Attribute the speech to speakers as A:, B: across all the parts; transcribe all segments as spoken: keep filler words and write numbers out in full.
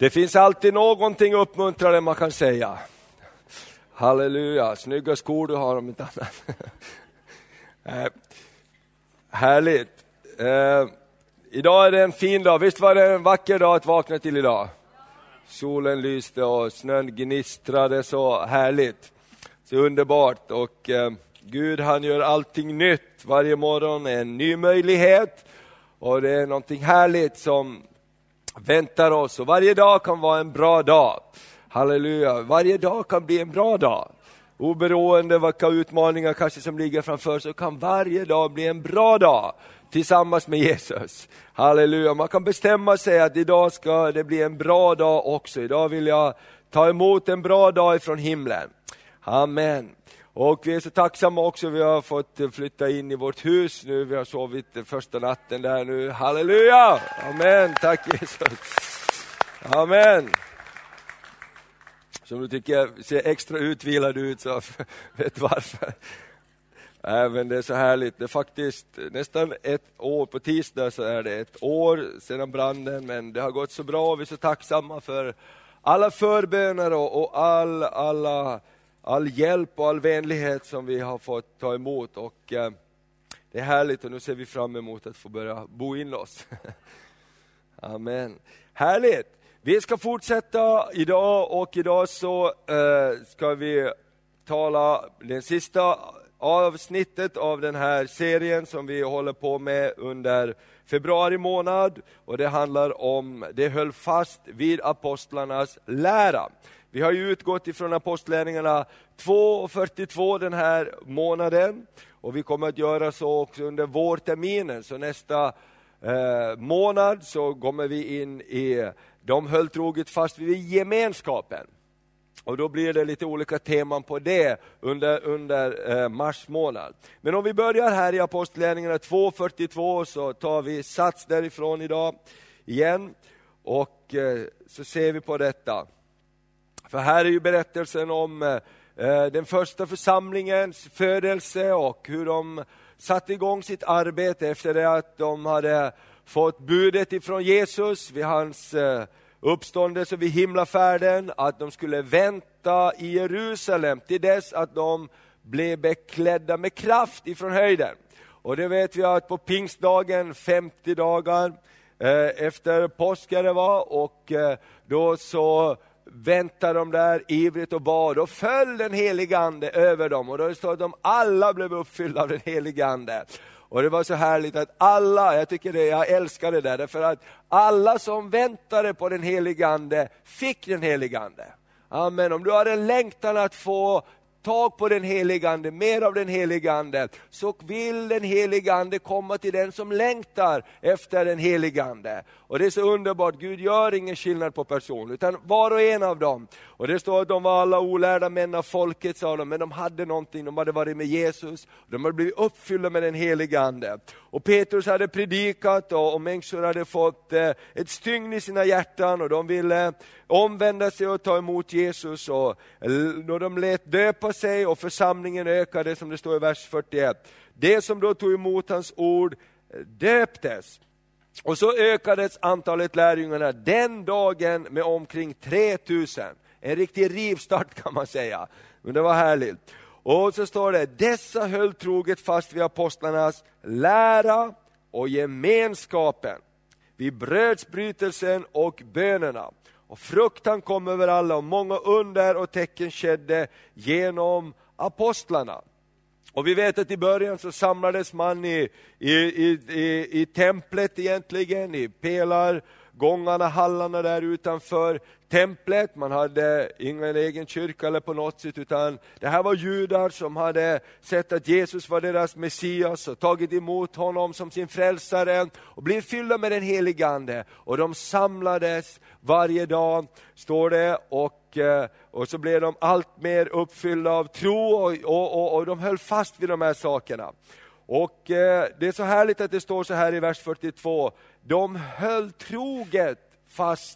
A: Det finns alltid någonting uppmuntrande man kan säga. Halleluja, snygga skor du har om inte annat. eh, härligt. Eh, idag är det en fin dag. Visst var det en vacker dag att vakna till idag? Solen lyste och snön gnistrade, så härligt. Så underbart. Och eh, Gud, han gör allting nytt. Varje morgon är en ny möjlighet. Och det är någonting härligt som väntar oss. Och varje dag kan vara en bra dag. Halleluja. Varje dag kan bli en bra dag. Oberoende vilka utmaningar kanske som ligger framför, så kan varje dag bli en bra dag tillsammans med Jesus. Halleluja. Man kan bestämma sig att idag ska det bli en bra dag också. Idag vill jag ta emot en bra dag ifrån himlen. Amen. Och vi är så tacksamma också. Vi har fått flytta in i vårt hus nu. Vi har sovit första natten där nu. Halleluja. Amen. Tack Jesus. Amen. Som du tycker ser extra utvilad ut, så vet varför. Även det är så härligt. Det är faktiskt nästan ett år, på tisdag så är det ett år sedan branden. Men det har gått så bra och vi är så tacksamma för alla förböner och, och all, alla, all hjälp och all vänlighet som vi har fått ta emot. Och eh, det är härligt, och nu ser vi fram emot att få börja bo in oss. Amen. Härligt. Vi ska fortsätta idag, och idag så eh, ska vi tala den sista avsnittet av den här serien som vi håller på med under februari månad. Och det handlar om, det höll fast vid apostlarnas lära. Vi har ju utgått ifrån apostlärningarna två fyrtiotvå den här månaden. Och vi kommer att göra så också under vårterminen. Så nästa eh, månad så kommer vi in i, de höll troget fast vid gemenskapen. Och då blir det lite olika teman på det under, under eh, mars månad. Men om vi börjar här i apostlärningarna två fyrtiotvå, så tar vi sats därifrån idag igen. Och eh, så ser vi på detta. För här är ju berättelsen om eh, den första församlingens födelse och hur de satte igång sitt arbete efter det att de hade fått budet ifrån Jesus vid hans eh, uppståndelse vid himlafärden, att de skulle vänta i Jerusalem till dess att de blev beklädda med kraft ifrån höjden. Och det vet vi att på pingstdagen, femtio dagar eh, efter påska det var, och eh, då så väntade de där ivrigt och bad, och föll den helige ande över dem, och då står att de alla blev uppfyllda av den helige ande. Och det var så härligt att alla, jag tycker det, jag älskar det där, därför att alla som väntade på den helige ande fick den helige ande. Amen. Om du har en längtan att få tag på den helige ande, mer av den helige ande, så vill den helige ande komma till den som längtar efter den helige ande. Och det är så underbart, Gud gör ingen skillnad på person, utan var och en av dem. Och det står att de var alla olärda män av folket, sa de, men de hade någonting, de hade varit med Jesus, de hade blivit uppfyllda med den helige ande. Och Petrus hade predikat, och, och människor hade fått eh, ett stygn i sina hjärtan, och de ville omvända sig och ta emot Jesus. Och när de lät döpa sig, och församlingen ökade, som det står i vers fyrtioett. Det som då tog emot hans ord döptes. Och så ökades antalet lärjungarna den dagen med omkring tre tusen. En riktig rivstart kan man säga. Men det var härligt. Och så står det, dessa höll troget fast vid apostlarnas lära och gemenskapen, vid brödsbrytelsen och bönerna. Och fruktan kom över alla, och många under och tecken skedde genom apostlarna. Och vi vet att i början så samlades man i, i, i, i, i templet egentligen, i pelargångarna, hallarna där utanför templet. Man hade ingen egen kyrka eller på något sätt, utan det här var judar som hade sett att Jesus var deras Messias och tagit emot honom som sin frälsare och blivit fyllda med den helige ande. Och de samlades varje dag, står det, och, och så blev de allt mer uppfyllda av tro, och, och, och, och de höll fast vid de här sakerna. Och eh, det är så härligt att det står så här i vers fyrtiotvå, de höll troget fast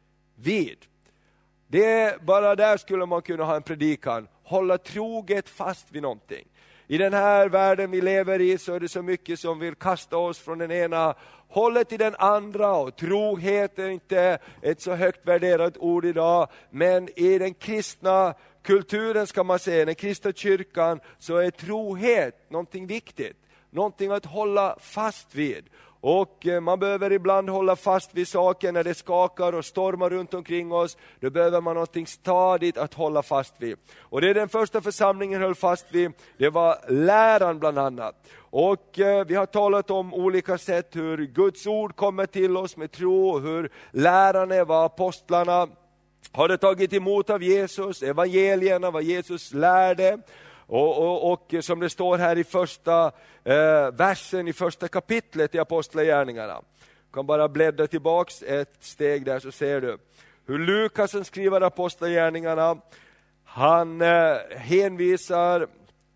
A: vid. Det, bara där skulle man kunna ha en predikan, hålla troget fast vid någonting. I den här världen vi lever i så är det så mycket som vill kasta oss från den ena hållet till den andra, och trohet är inte ett så högt värderat ord idag, men i den kristna kulturen ska man säga, den kristna kyrkan, så är trohet någonting viktigt, någonting att hålla fast vid. Och man behöver ibland hålla fast vid saker när det skakar och stormar runt omkring oss. Då behöver man någonting stadigt att hålla fast vid. Och det är den första församlingen höll fast vid. Det var läran bland annat. Och eh, vi har talat om olika sätt hur Guds ord kommer till oss med tro. Hur lärarna var apostlarna. Har det tagit emot av Jesus. Evangelierna, vad Jesus lärde. Och, och, och som det står här i första eh, versen i första kapitlet i Apostlagärningarna. Du kan bara bläddra tillbaks ett steg där, så ser du hur Lukas som skriver Apostlagärningarna, han eh, hänvisar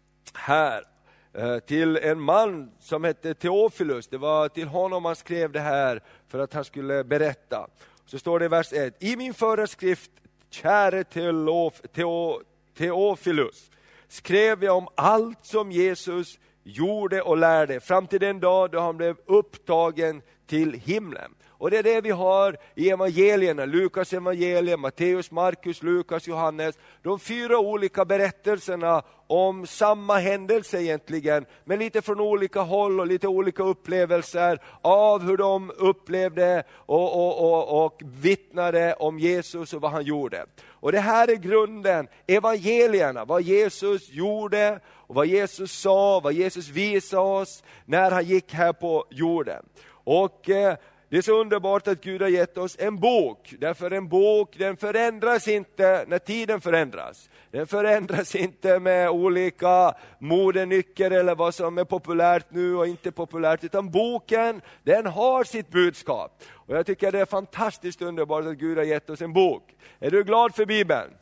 A: här eh, till en man som hette Teofilus. Det var till honom han skrev det här för att han skulle berätta. Så står det i vers ett: I min föreskrift, käre Teof, Teo, Teofilus, skrev jag om allt som Jesus gjorde och lärde fram till den dag då han blev upptagen till himlen. Och det är det vi har i evangelierna, Lukas evangelium, Matteus, Markus, Lukas, Johannes. De fyra olika berättelserna om samma händelse egentligen, men lite från olika håll och lite olika upplevelser av hur de upplevde och, och, och, och vittnade om Jesus och vad han gjorde. Och det här är grunden, evangelierna, vad Jesus gjorde och vad Jesus sa, vad Jesus visade oss när han gick här på jorden. Och eh, det är så underbart att Gud har gett oss en bok. Därför en bok, den förändras inte när tiden förändras. Den förändras inte med olika modenycker eller vad som är populärt nu och inte populärt. Utan boken, den har sitt budskap. Och jag tycker det är fantastiskt underbart att Gud har gett oss en bok. Är du glad för Bibeln?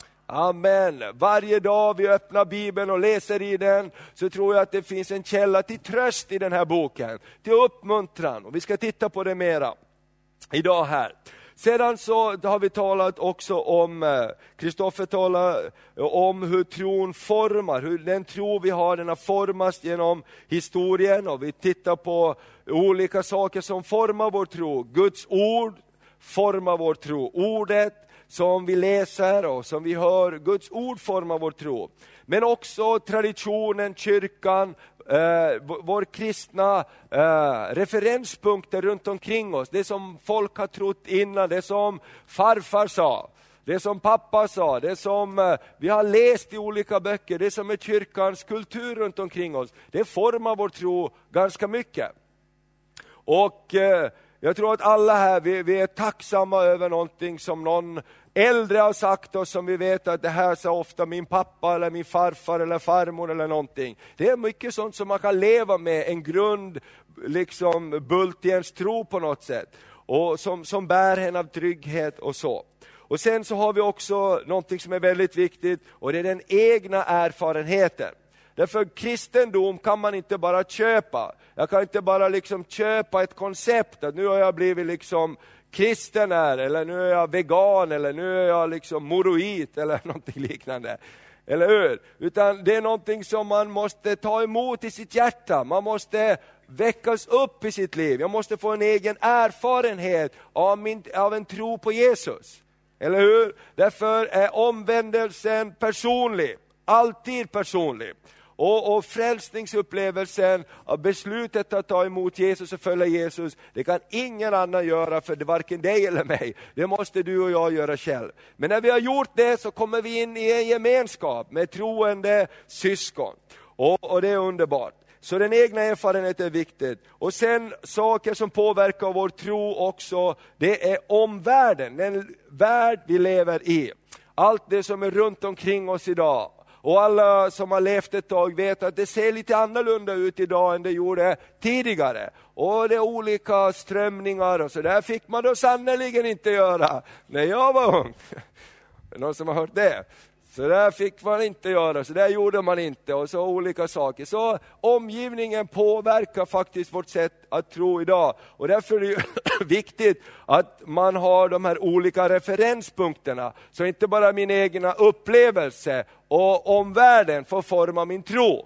A: Amen. Varje dag vi öppnar Bibeln och läser i den, så tror jag att det finns en källa till tröst i den här boken. Till uppmuntran. Och vi ska titta på det mera idag här. Sedan så har vi talat också om, Kristoffer talar om hur tron formar. Hur den tro vi har, den har formats genom historien. Och vi tittar på olika saker som formar vår tro. Guds ord formar vår tro. Ordet som vi läser och som vi hör, Guds ord formar vår tro. Men också traditionen, kyrkan, eh, vår kristna eh, referenspunkter runt omkring oss. Det som folk har trott innan, det som farfar sa, det som pappa sa, det som eh, vi har läst i olika böcker, det som är kyrkans kultur runt omkring oss. Det formar vår tro ganska mycket. Och eh, jag tror att alla här, vi, vi är tacksamma över någonting som någon äldre har sagt oss, som vi vet att det här sa ofta min pappa eller min farfar eller farmor eller någonting. Det är mycket sånt som man kan leva med, en grund, liksom bult i ens tro på något sätt. Och som, som bär en av trygghet och så. Och sen så har vi också någonting som är väldigt viktigt, och det är den egna erfarenheten. Därför kristendom kan man inte bara köpa. Jag kan inte bara liksom köpa ett koncept att nu har jag blivit liksom kristen här, eller nu är jag vegan, eller nu är jag liksom moroit eller någonting liknande. Eller hur? Utan det är någonting som man måste ta emot i sitt hjärta. Man måste väckas upp i sitt liv. Jag måste få en egen erfarenhet av, min, av en tro på Jesus. Eller hur? Därför är omvändelsen personlig. Alltid personlig. Och, och frälsningsupplevelsen av beslutet att ta emot Jesus och följa Jesus, det kan ingen annan göra för det, varken dig eller mig. Det måste du och jag göra själv. Men när vi har gjort det så kommer vi in i en gemenskap med troende syskon. Och, och det är underbart. Så den egna erfarenheten är viktigt. Och sen saker som påverkar vår tro också, det är omvärlden, den värld vi lever i. Allt det som är runt omkring oss idag. Och alla som har levt ett tag vet att det ser lite annorlunda ut idag än det gjorde tidigare. Och det är olika strömningar och så där fick man då sannoliken inte göra när jag var ung. Någon som har hört det? Så där fick man inte göra, så där gjorde man inte och så olika saker. Så omgivningen påverkar faktiskt vårt sätt att tro idag. Och därför är det viktigt att man har de här olika referenspunkterna. Så inte bara min egna upplevelse och omvärlden får forma min tro.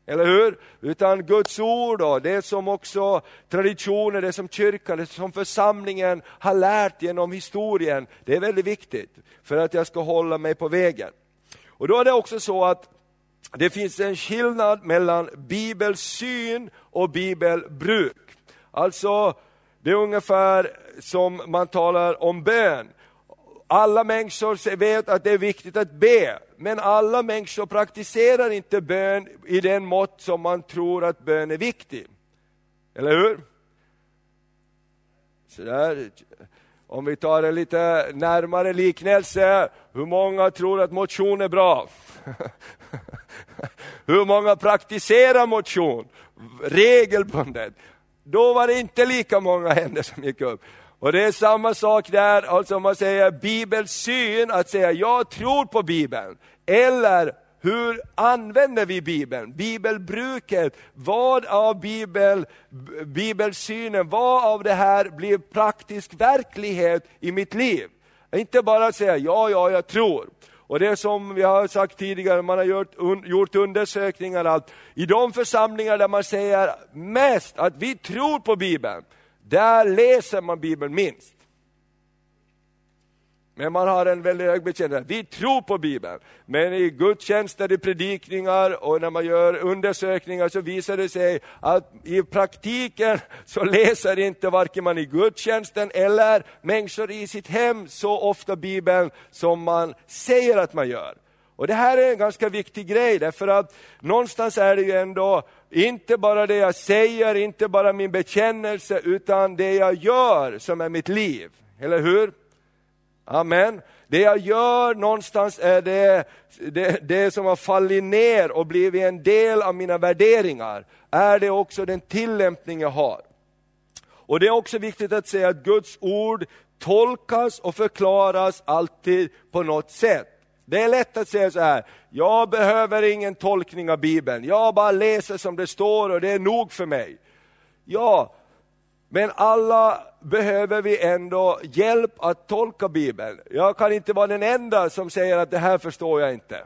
A: Eller hur? Utan Guds ord och det som också traditioner, det som kyrkan, det som församlingen har lärt genom historien. Det är väldigt viktigt för att jag ska hålla mig på vägen. Och då är det också så att det finns en skillnad mellan bibelsyn och bibelbruk. Alltså det är ungefär som man talar om bön. Alla människor vet att det är viktigt att be, men alla människor praktiserar inte bön i den mått som man tror att bön är viktig. Eller hur? Så där. Om vi tar en lite närmare liknelse, hur många tror att motion är bra? Hur många praktiserar motion regelbundet? Då var det inte lika många händer som gick upp. Och det är samma sak där, alltså om man säger bibelsyn, att säga jag tror på Bibeln. Eller hur använder vi Bibeln? Bibelbruket, vad av Bibel, bibelsynen, vad av det här blir praktisk verklighet i mitt liv? Inte bara säga ja, ja, jag tror. Och det som vi har sagt tidigare, man har gjort, un, gjort undersökningar att i de församlingar där man säger mest att vi tror på Bibeln, där läser man Bibeln minst. Men man har en väldigt hög bekännelse. Vi tror på Bibeln. Men i gudstjänster, i predikningar och när man gör undersökningar så visar det sig att i praktiken så läser inte varken man i gudstjänsten eller människor i sitt hem så ofta Bibeln som man säger att man gör. Och det här är en ganska viktig grej, därför att någonstans är det ju ändå inte bara det jag säger, inte bara min bekännelse, utan det jag gör som är mitt liv. Eller hur? Amen. Det jag gör någonstans är det, det, det som har fallit ner och blivit en del av mina värderingar. Är det också den tillämpning jag har. Och det är också viktigt att säga att Guds ord tolkas och förklaras alltid på något sätt. Det är lätt att säga så här, jag behöver ingen tolkning av Bibeln. Jag bara läser som det står och det är nog för mig. Ja, men alla behöver vi ändå hjälp att tolka Bibeln. Jag kan inte vara den enda som säger att det här förstår jag inte.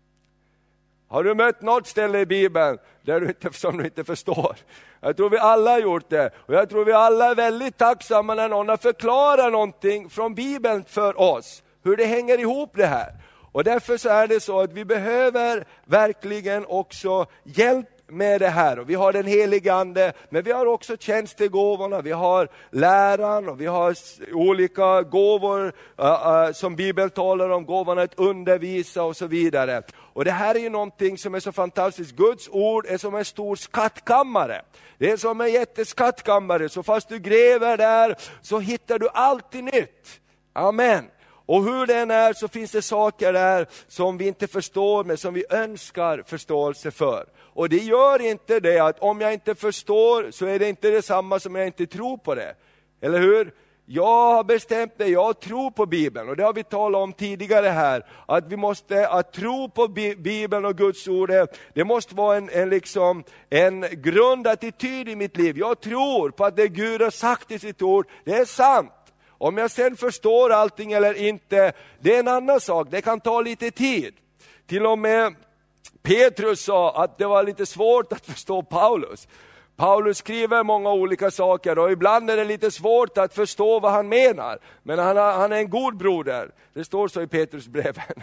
A: Har du mött något ställe i Bibeln där du inte, som du inte förstår? Jag tror vi alla har gjort det. Och jag tror vi alla är väldigt tacksamma när någon har förklarat någonting från Bibeln för oss. Hur det hänger ihop det här. Och därför så är det så att vi behöver verkligen också hjälp med det här. Och vi har den helige ande, men vi har också tjänstegåvorna, vi har läran och vi har olika gåvor uh, uh, som Bibeln talar om, gåvorna att undervisa och så vidare. Och det här är ju någonting som är så fantastiskt. Guds ord är som en stor skattkammare. Det är som en jätteskattkammare, så fast du gräver där så hittar du alltid nytt. Amen. Och hur den är så finns det saker där som vi inte förstår men som vi önskar förståelse för. Och det gör inte det att om jag inte förstår så är det inte detsamma som jag inte tror på det. Eller hur? Jag har bestämt mig, jag tror på Bibeln. Och det har vi talat om tidigare här. Att vi måste att tro på Bibeln och Guds ord. Det måste vara en, en, liksom, en grundattityd i mitt liv. Jag tror på att det Gud har sagt i sitt ord, det är sant. Om jag sen förstår allting eller inte, det är en annan sak. Det kan ta lite tid. Till och med Petrus sa att det var lite svårt att förstå Paulus. Paulus skriver många olika saker och ibland är det lite svårt att förstå vad han menar. Men han, han är en god broder. Det står så i Petrus breven.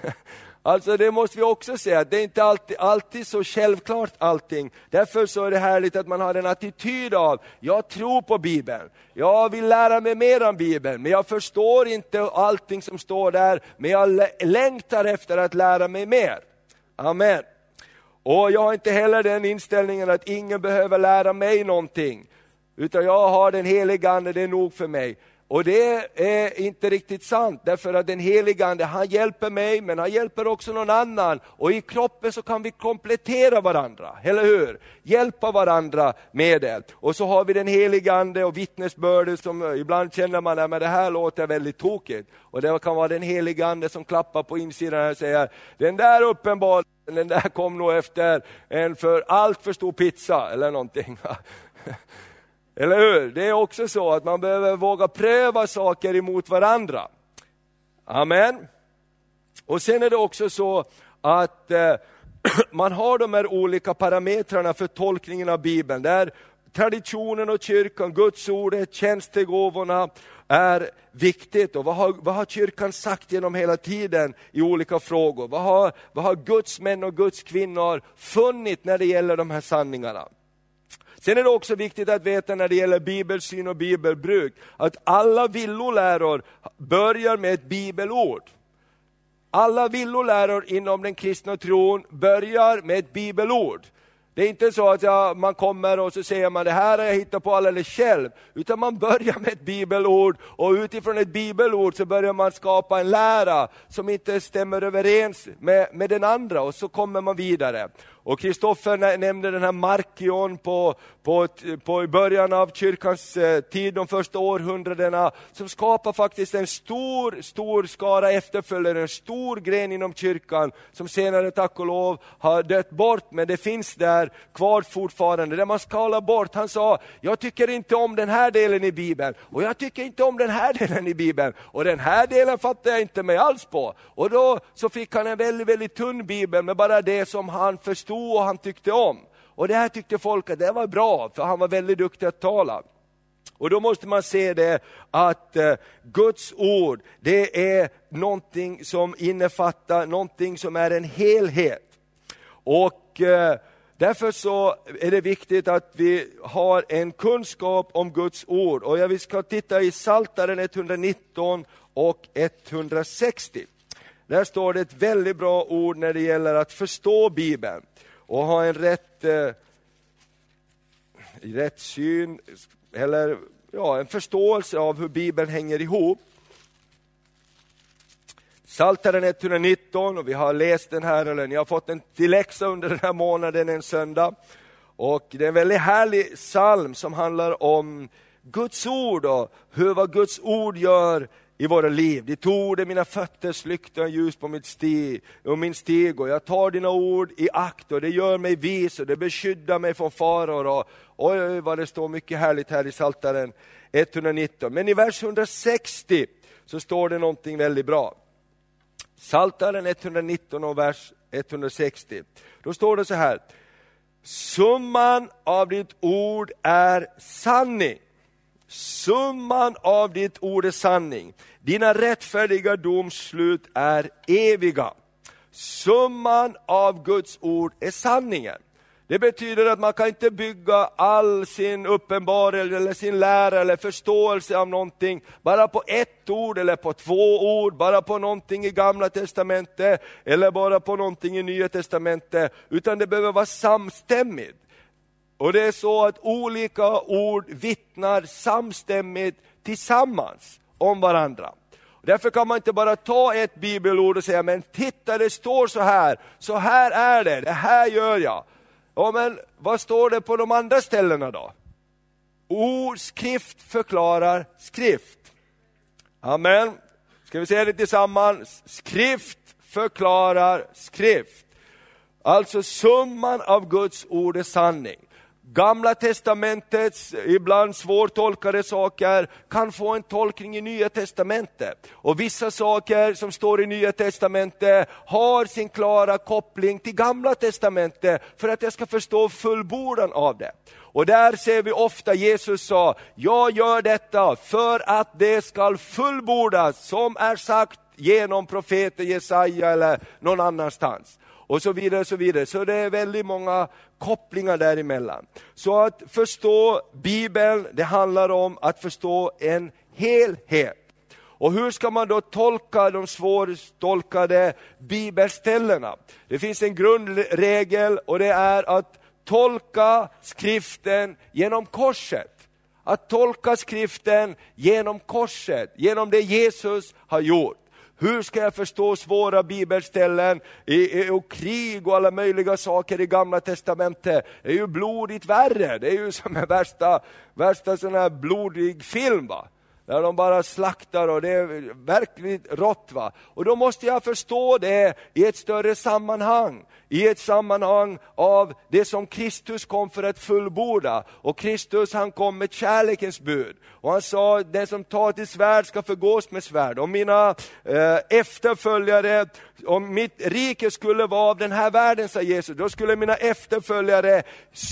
A: Alltså det måste vi också säga, det är inte alltid, alltid så självklart allting. Därför så är det härligt att man har en attityd av, jag tror på Bibeln. Jag vill lära mig mer om Bibeln, men jag förstår inte allting som står där. Men jag längtar efter att lära mig mer. Amen. Och jag har inte heller den inställningen att ingen behöver lära mig någonting. Utan jag har den helige ande, det är nog för mig. Och det är inte riktigt sant, därför att den helige ande, han hjälper mig men han hjälper också någon annan. Och i kroppen så kan vi komplettera varandra, eller hur? Hjälpa varandra med det. Och så har vi den helige ande och vittnesbördet som ibland känner man att det här låter väldigt tokigt. Och det kan vara den helige ande som klappar på insidan och säger, den där uppenbarligen, den där kom nog efter en för allt för stor pizza eller någonting. Eller hur? Det är också så att man behöver våga pröva saker emot varandra. Amen. Och sen är det också så att eh, man har de här olika parametrarna för tolkningen av Bibeln. Där traditionen och kyrkan, Guds ordet, tjänstegåvorna är viktigt. Och vad har, vad har kyrkan sagt genom hela tiden i olika frågor? Vad har, vad har Guds män och Guds kvinnor funnit när det gäller de här sanningarna? Sen är det också viktigt att veta när det gäller bibelsyn och bibelbruk att alla villoläror börjar med ett bibelord. Alla villoläror inom den kristna tron börjar med ett bibelord. Det är inte så att ja, man kommer och så säger man det här har jag hittat på alldeles själv. Utan man börjar med ett bibelord och utifrån ett bibelord så börjar man skapa en lära som inte stämmer överens med, med den andra och så kommer man vidare. Och Kristoffer nämnde den här Markion på, på, på början av kyrkans tid, de första århundradena, som skapar faktiskt en stor, stor skara efterföljare, en stor gren inom kyrkan som senare tack och lov har dött bort, men det finns där kvar fortfarande. Där man skalar bort, han sa, jag tycker inte om den här delen i Bibeln och jag tycker inte om den här delen i Bibeln och den här delen fattar jag inte mig alls på. Och då så fick han en väldigt, väldigt tunn Bibel med bara det som han förstod och han tyckte om. Och det här tyckte folk att det var bra, för han var väldigt duktig att tala. Och då måste man se det att eh, Guds ord, det är någonting som innefattar någonting som är en helhet. Och eh, därför så är det viktigt att vi har en kunskap om Guds ord. Och jag ska titta i Psaltaren etthundranitton och etthundrasextio. Där står det ett väldigt bra ord när det gäller att förstå Bibeln. Och ha en rätt, eh, rätt syn, eller ja, en förståelse av hur Bibeln hänger ihop. Psaltaren etthundranitton, och vi har läst den här, eller ni har fått en till läxa under den här månaden en söndag. Och det är en väldigt härlig psalm som handlar om Guds ord och hur vad Guds ord gör i våra liv. Ditt ord är mina fötters lykta och ljus på mitt stig, och min stig, och jag tar dina ord i akt och det gör mig vis och det beskyddar mig från faror. Och oj, oj, vad det står mycket härligt här i Psaltaren etthundranitton. Men i vers etthundrasextio så står det någonting väldigt bra. Psaltaren etthundranitton och vers etthundrasextio. Då står det så här: summan av ditt ord är sanning. Summan av ditt ord är sanning. Dina rättfärdiga domslut är eviga. Summan av Guds ord är sanningen. Det betyder att man kan inte bygga all sin uppenbarelse eller sin lära eller förståelse av någonting bara på ett ord eller på två ord, bara på någonting i Gamla testamentet eller bara på någonting i Nya testamentet, utan det behöver vara samstämmigt. Och det är så att olika ord vittnar samstämmigt tillsammans om varandra. Därför kan man inte bara ta ett bibelord och säga, men titta, det står så här, så här är det, det här gör jag. Ja, men vad står det på de andra ställena då? Ord, skrift förklarar skrift. Amen. Ska vi säga det tillsammans? Skrift förklarar skrift. Alltså summan av Guds ord är sanning. Gamla testamentets ibland svårtolkade saker kan få en tolkning i Nya testamentet. Och vissa saker som står i Nya testamentet har sin klara koppling till Gamla testamentet för att jag ska förstå fullbordan av det. Och där ser vi ofta Jesus sa, jag gör detta för att det ska fullbordas som är sagt genom profeten Jesaja eller någon annanstans. Och så vidare, så vidare. Så det är väldigt många kopplingar däremellan. Så att förstå Bibeln, det handlar om att förstå en helhet. Och hur ska man då tolka de svårtolkade bibelställena? Det finns en grundregel, och det är att tolka skriften genom korset. Att tolka skriften genom korset, genom det Jesus har gjort. Hur ska jag förstå svåra bibelställen i, i, och krig och alla möjliga saker i Gamla testamentet? Det är ju blodigt värre. Det är ju som en värsta, värsta sån här blodig film, va? Där de bara slaktar och det är verkligen rått, va. Och då måste jag förstå det i ett större sammanhang. I ett sammanhang av det som Kristus kom för att fullborda. Och Kristus, han kom med kärlekens bud. Och han sa, den som tar till svärd ska förgås med svärd. Och mina eh, efterföljare, om mitt rike skulle vara av den här världen, sa Jesus, då skulle mina efterföljare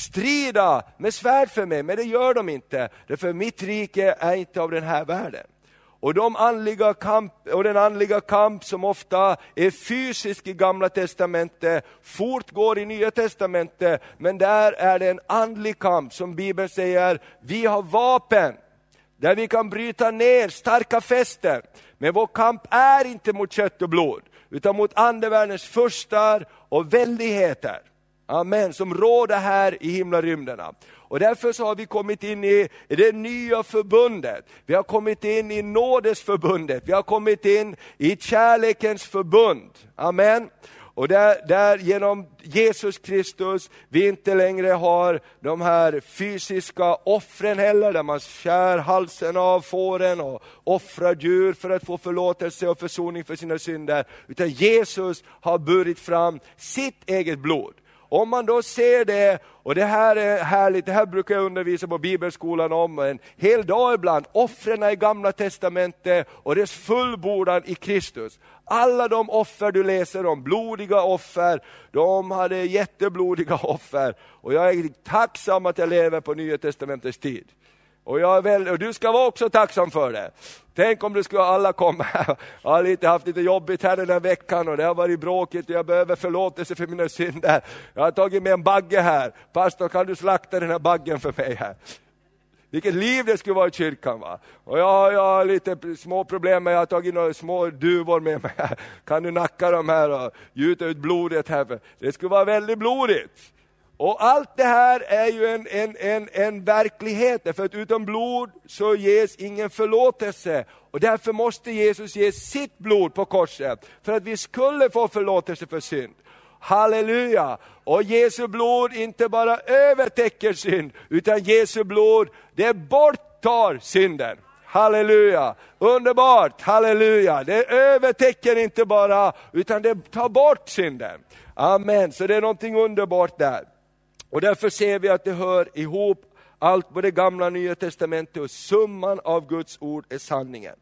A: strida med svärd för mig. Men det gör de inte. Därför mitt rike är inte av den här världen. Och, de andliga kamp, och den andliga kamp som ofta är fysisk i Gamla testamentet fortgår i Nya testamentet. Men där är det en andlig kamp som Bibeln säger, vi har vapen där vi kan bryta ner starka fästen. Men vår kamp är inte mot kött och blod, utan mot andevärldens furstar och väldigheter. Amen, som råder här i himlarymderna. Och därför så har vi kommit in i det nya förbundet. Vi har kommit in i nådesförbundet. Vi har kommit in i kärlekens förbund. Amen. Och där, där genom Jesus Kristus vi inte längre har de här fysiska offren heller, där man skär halsen av fåren och offrar djur för att få förlåtelse och försoning för sina synder. Utan Jesus har burit fram sitt eget blod. Om man då ser det, och det här är härligt, det här brukar jag undervisa på bibelskolan om en hel dag ibland, offren i Gamla testamentet och dess fullbordan i Kristus. Alla de offer du läser om, blodiga offer, de hade jätteblodiga offer. Och jag är tacksam att jag lever på Nya testamentets tid. Och, jag är väl, och du ska vara också tacksam för det. Tänk om du skulle alla komma. Jag har lite, haft lite jobbigt här den här veckan och det har varit bråkigt och jag behöver förlåtelse för mina synder. Jag har tagit med en bagge här. Pastor, kan du slakta den här baggen för mig här? Vilket liv det skulle vara i kyrkan, va? Och jag, jag har lite små problem med, jag har tagit några små duvor med mig. Kan du nacka dem här och gjuta ut blodet här? Det skulle vara väldigt blodigt. Och allt det här är ju en, en, en, en verklighet. För att utan blod så ges ingen förlåtelse. Och därför måste Jesus ge sitt blod på korset. För att vi skulle få förlåtelse för synd. Halleluja! Och Jesu blod inte bara övertäcker synd. Utan Jesu blod, det borttar synden. Halleluja! Underbart! Halleluja! Det övertäcker inte bara, utan det tar bort synden. Amen! Så det är någonting underbart där. Och därför ser vi att det hör ihop allt på det gamla och nya testamentet, och summan av Guds ord är sanningen.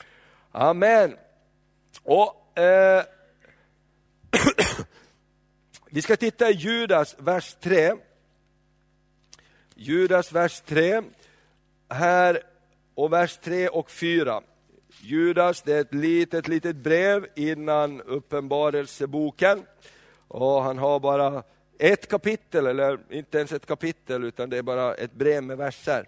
A: Amen. Och eh, vi ska titta i Judas vers tre. Judas vers tre här, och vers tre och fyra. Judas, det är ett litet litet brev innan uppenbarelseboken. Och han har bara ett kapitel, eller inte ens ett kapitel, utan det är bara ett brev med verser.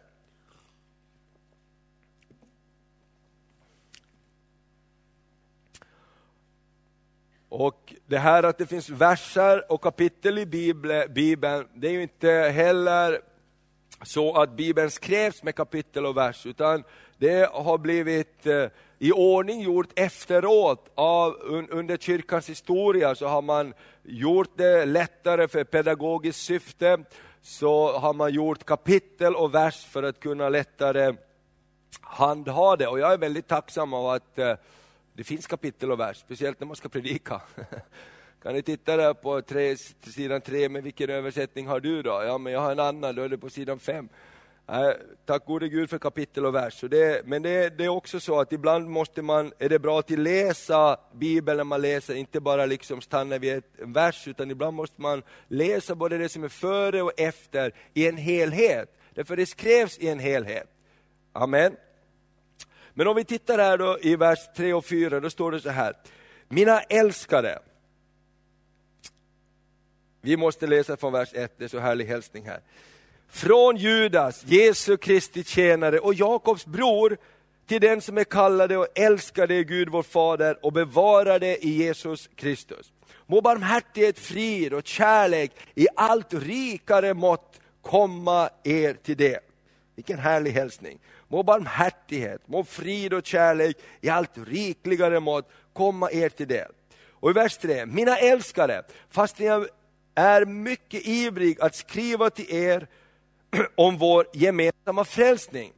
A: Och det här att det finns verser och kapitel i Bibeln, det är ju inte heller så att Bibeln skrevs med kapitel och vers, utan det har blivit eh, i ordning gjort efteråt. Av, un, under kyrkans historia så har man gjort det lättare för pedagogiskt syfte. Så har man gjort kapitel och vers för att kunna lättare handha det. Och jag är väldigt tacksam av att eh, det finns kapitel och vers, speciellt när man ska predika. Kan ni titta där på tre, sidan tre, med vilken översättning har du då? Ja, men jag har en annan, då är det på sidan fem. Äh, tack gode Gud för kapitel och vers. Så det, men det, det är också så att ibland måste man, är det bra att läsa Bibeln när man läser, inte bara liksom stanna vid ett vers, utan ibland måste man läsa både det som är före och efter i en helhet. Därför det skrevs i en helhet. Amen. Men om vi tittar här då i vers tre och fyra, då står det så här: mina älskade. Vi måste läsa från vers ett, det är så härlig hälsning här. Från Judas, Jesu Kristi tjänare och Jakobs bror, till den som är kallade och älskade i Gud vår Fader och bevarade i Jesus Kristus. Må barmhärtighet, frid och kärlek i allt rikare mått komma er till det. Vilken härlig hälsning. Må barmhärtighet, må frid och kärlek i allt rikligare mått komma er till det. Och i vers tre, mina älskade, fast jag är mycket ivrig att skriva till er om vår gemensamma frälsning,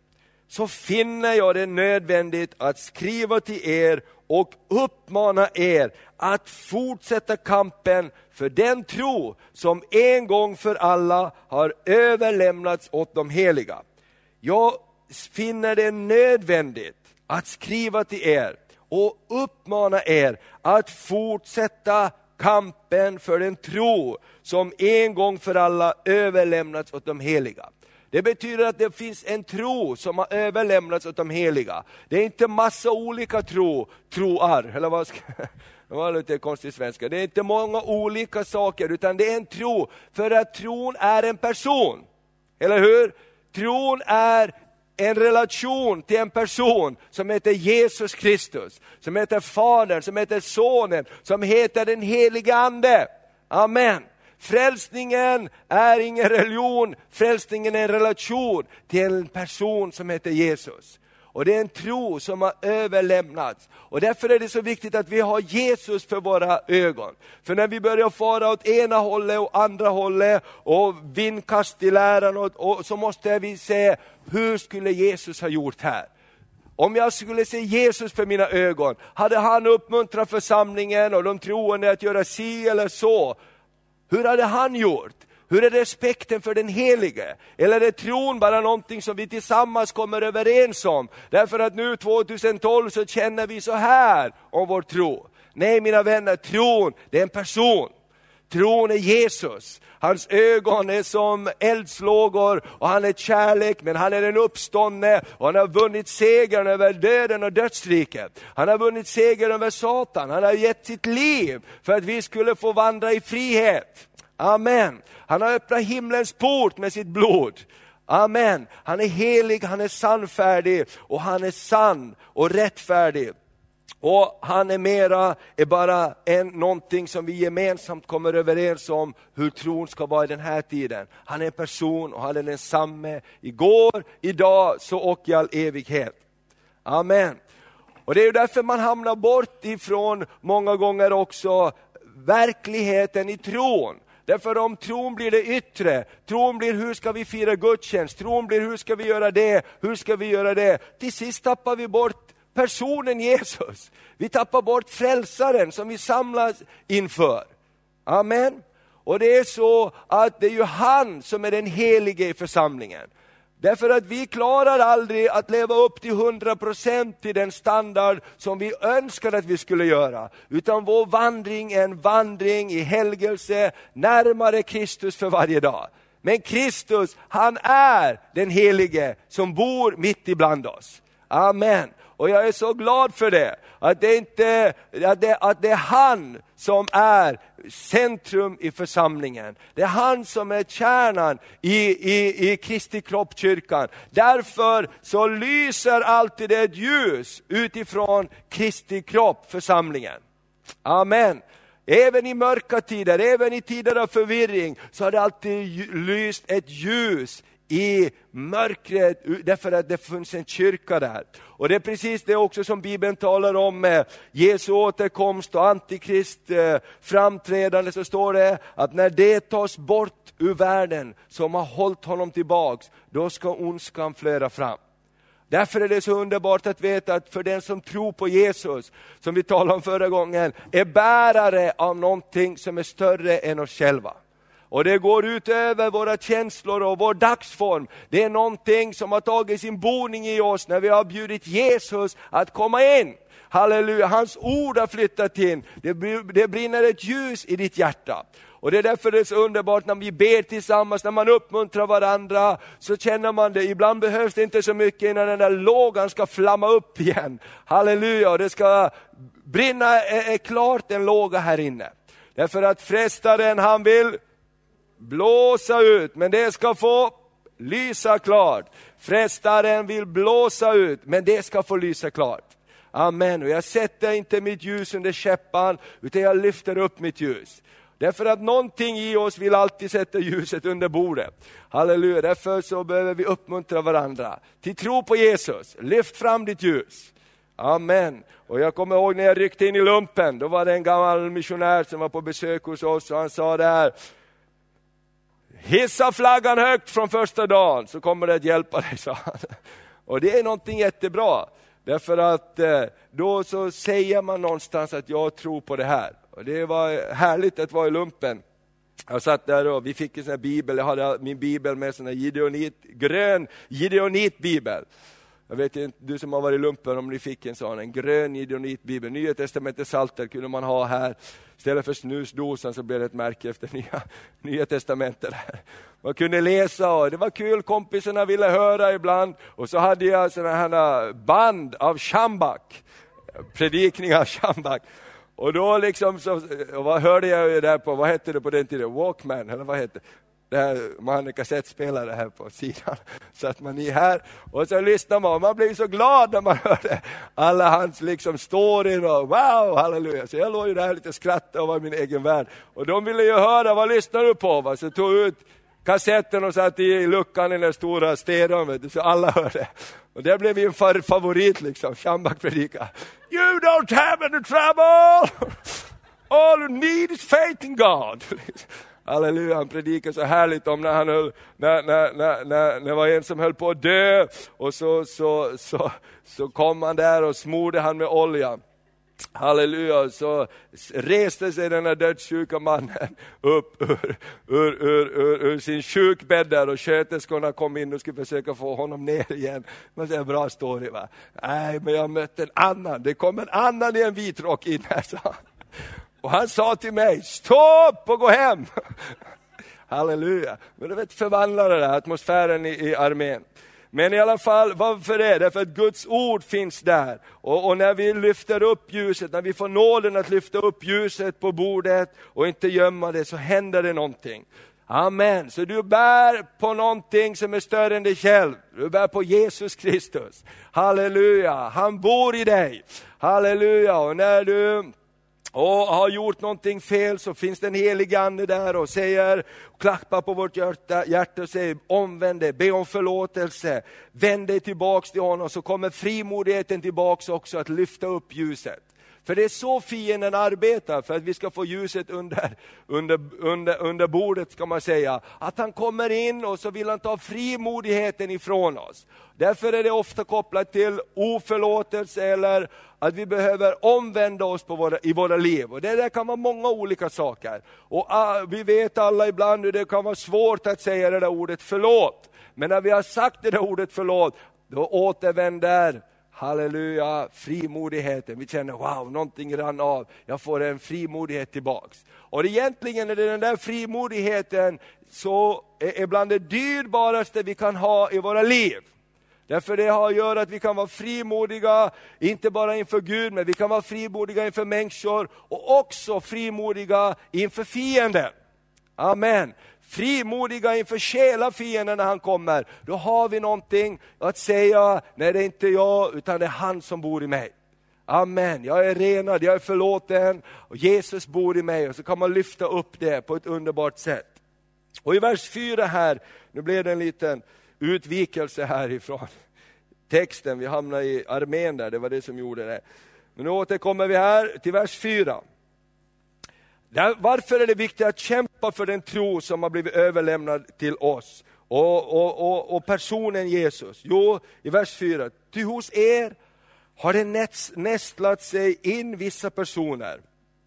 A: så finner jag det nödvändigt att skriva till er och uppmana er att fortsätta kampen för den tro som en gång för alla har överlämnats åt de heliga. Jag finner det nödvändigt att skriva till er och uppmana er att fortsätta kampen för den tro som en gång för alla överlämnats åt de heliga. Det betyder att det finns en tro som har överlämnats åt de heliga. Det är inte massa olika tro, troar, eller vad ska det var lite konstigt svenska. Det är inte många olika saker, utan det är en tro. För att tron är en person, eller hur? Tron är en relation till en person som heter Jesus Kristus, som heter Fadern, som heter Sonen, som heter den helige Ande. Amen. Frälsningen är ingen religion, frälsningen är en relation till en person som heter Jesus. Och det är en tro som har överlämnats. Och därför är det så viktigt att vi har Jesus för våra ögon. För när vi börjar fara åt ena hållet och andra hållet och vindkast i läran och, och så måste vi se, hur skulle Jesus ha gjort här? Om jag skulle se Jesus för mina ögon, hade han uppmuntrat församlingen och de troende att göra si eller så? Hur hade han gjort? Hur är respekten för den helige? Eller är tron bara någonting som vi tillsammans kommer överens om? Därför att nu tjugohundratolv så känner vi så här om vår tro. Nej mina vänner, tron det är en person. Tron är Jesus. Hans ögon är som eldslågor och han är kärlek, men han är en uppståndne och han har vunnit segern över döden och dödsriket. Han har vunnit seger över Satan. Han har gett sitt liv för att vi skulle få vandra i frihet. Amen. Han har öppnat himlens port med sitt blod. Amen. Han är helig, han är sannfärdig och han är sann och rättfärdig. Och han är mera är bara en, någonting som vi gemensamt kommer överens om hur tron ska vara i den här tiden. Han är en person och han är densamme igår, idag så och i all evighet. Amen. Och det är ju därför man hamnar bort ifrån många gånger också verkligheten i tron. Därför om tron blir det yttre, tron blir hur ska vi fira gudstjänst, tron blir hur ska vi göra det, hur ska vi göra det. Till sist tappar vi bort personen Jesus. Vi tappar bort frälsaren som vi samlas inför. Amen. Och det är så att det är ju han som är den helige i församlingen. Därför att vi klarar aldrig att leva upp till hundra procent till den standard som vi önskar att vi skulle göra. Utan vår vandring är en vandring i helgelse närmare Kristus för varje dag. Men Kristus, han är den helige som bor mitt ibland oss. Amen. Och jag är så glad för det. Att det, inte, att det, att det är han som är centrum i församlingen. Det är han som är kärnan i, i, i Kristi kroppskyrkan. Därför så lyser alltid ett ljus utifrån Kristi kropp, församlingen. Amen. Även i mörka tider, även i tider av förvirring så har det alltid lyst ett ljus i mörkret, därför att det finns en kyrka där. Och det är precis det också som Bibeln talar om med Jesu återkomst och antikrist eh, framträdande. Så står det att när det tas bort ur världen som har hållit honom tillbaks, då ska ondskan flöda fram. Därför är det så underbart att veta att för den som tror på Jesus, som vi talade om förra gången, är bärare av någonting som är större än oss själva. Och det går ut över våra känslor och vår dagsform. Det är någonting som har tagit sin boning i oss när vi har bjudit Jesus att komma in. Halleluja, hans ord har flyttat in. Det, det brinner ett ljus i ditt hjärta. Och det är därför det är så underbart när vi ber tillsammans, när man uppmuntrar varandra, så känner man det. Ibland behövs det inte så mycket innan den där lågan ska flamma upp igen. Halleluja, det ska brinna, är, är klart en låga här inne. Därför att frestaren, han vill blåsa ut, men det ska få lysa klart. Frestaren vill blåsa ut, men det ska få lysa klart. Amen. Och jag sätter inte mitt ljus under käppan, utan jag lyfter upp mitt ljus. Därför att någonting i oss vill alltid sätta ljuset under bordet. Halleluja. Därför så behöver vi uppmuntra varandra till tro på Jesus. Lyft fram ditt ljus. Amen. Och jag kommer ihåg när jag ryckte in i lumpen, då var det en gammal missionär som var på besök hos oss och han sa det här: hissa flaggan högt från första dagen så kommer det att hjälpa dig, sa han. Och det är någonting jättebra. Därför att eh, då så säger man någonstans att jag tror på det här. Och det var härligt att vara i lumpen. Jag satt där och vi fick en sån här bibel. Jag hade min bibel med sån här gideonit, grön gideonitbibel. Jag vet inte, du som har varit i lumpen, om ni fick en sån, en grön gideonitbibel. Nya testamentet salter kunde man ha här. Istället för snusdosan så blev det ett märke efter nya, nya testamentet. Man kunde läsa och det var kul, kompisarna ville höra ibland. Och så hade jag såna här band av Schambach, predikningar av Schambach. Och då liksom, så, vad hörde jag ju där på, vad hette det på den tiden? Walkman, eller vad hette det? Det här, man hade kassettspelare här på sidan. Så att man är här och så lyssnar man. Och man blir så glad när man hörde alla hans liksom storyn och wow, halleluja. Så jag låg ju där lite skrattade och var min egen värld. Och de ville ju höra, vad lyssnar du på? Va? Så tog ut kassetten och satt i luckan i den stora stereon, så alla hörde. Och det blev ju en favorit liksom, Schambach predika. You don't have any trouble! All you need is faith in God. Halleluja, han predikade så härligt om när han höll, när, när, när, när, när det var en som höll på att dö. Och så, så, så, så kom han där och smorde han med olja. Halleluja, så reste sig den här dödssjuka mannen upp ur, ur, ur, ur, ur sin sjukbädd där och sköterskorna kom in och skulle försöka få honom ner igen. Men det är en bra story, va? Nej, men jag mötte en annan. Det kom en annan i en vit rock in här, så. Och han sa till mig, stopp och gå hem. Halleluja. Men du vet, förvandlar det där atmosfären i, i armén. Men i alla fall, varför är det? För att Guds ord finns där. Och, och när vi lyfter upp ljuset, när vi får nåden att lyfta upp ljuset på bordet och inte gömma det, så händer det någonting. Amen. Så du bär på någonting som är större än dig själv. Du bär på Jesus Kristus. Halleluja. Han bor i dig. Halleluja. Och när du och har gjort någonting fel, så finns det en helig ande där och säger, klappar på vårt hjärta, hjärta och säger, omvänd dig, be om förlåtelse, vänd dig tillbaks till honom, så kommer frimodigheten tillbaks också att lyfta upp ljuset. För det är så fienden arbetar, för att vi ska få ljuset under, under, under, under bordet, ska man säga. Att han kommer in och så vill han ta frimodigheten ifrån oss. Därför är det ofta kopplat till oförlåtelse eller att vi behöver omvända oss på våra, i våra liv. Och det där kan vara många olika saker. Och uh, vi vet alla ibland hur det kan vara svårt att säga det där ordet förlåt. Men när vi har sagt det där ordet förlåt, då återvänder, halleluja, frimodigheten. Vi känner, wow, någonting rann av. Jag får en frimodighet tillbaks. Och egentligen är det den där frimodigheten så är bland det dyrbaraste vi kan ha i våra liv. Därför det har gör att vi kan vara frimodiga, inte bara inför Gud, men vi kan vara frimodiga inför människor och också frimodiga inför fienden. Amen. Frimodiga inför själa fienden när han kommer. Då har vi någonting att säga, nej det är inte jag utan det är han som bor i mig. Amen, jag är renad, jag är förlåten och Jesus bor i mig. Och så kan man lyfta upp det på ett underbart sätt. Och i vers fyra här, nu blev det en liten utvikelse härifrån texten. Vi hamnar i armén där, det var det som gjorde det. Men nu återkommer vi här till vers fyra. Där, varför är det viktigt att kämpa för den tro som har blivit överlämnad till oss och, och, och, och personen Jesus? Jo, i vers fyra. Ty hos er har det nästlat sig in vissa personer.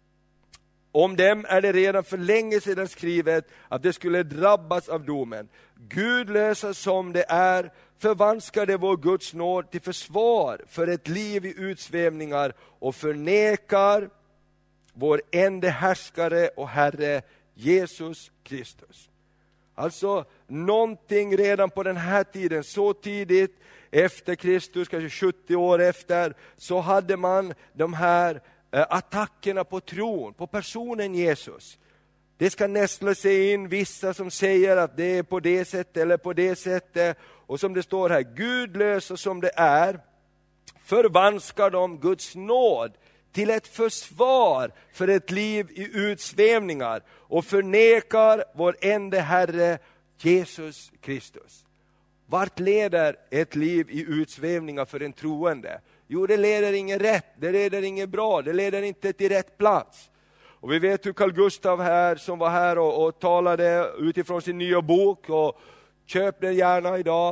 A: Om dem är det redan för länge sedan skrivet att det skulle drabbas av domen. Gudlösa som det är förvanskade vår Guds nåd till försvar för ett liv i utsvävningar och förnekar vår ende härskare och Herre Jesus Kristus. Alltså någonting redan på den här tiden, så tidigt efter Kristus, kanske sjuttio år efter, så hade man de här eh, attackerna på tron, på personen Jesus. Det ska nästla sig in vissa som säger att det är på det sättet eller på det sättet. Och som det står här, gudlösa som det är, förvanskar de Guds nåd till ett försvar för ett liv i utsvävningar och förnekar vår ende Herre Jesus Kristus. Vart leder ett liv i utsvävningar för en troende? Jo, det leder inget rätt, det leder inget bra, det leder inte till rätt plats. Och vi vet hur Carl Gustav här som var här och, och talade utifrån sin nya bok, och köp den gärna idag.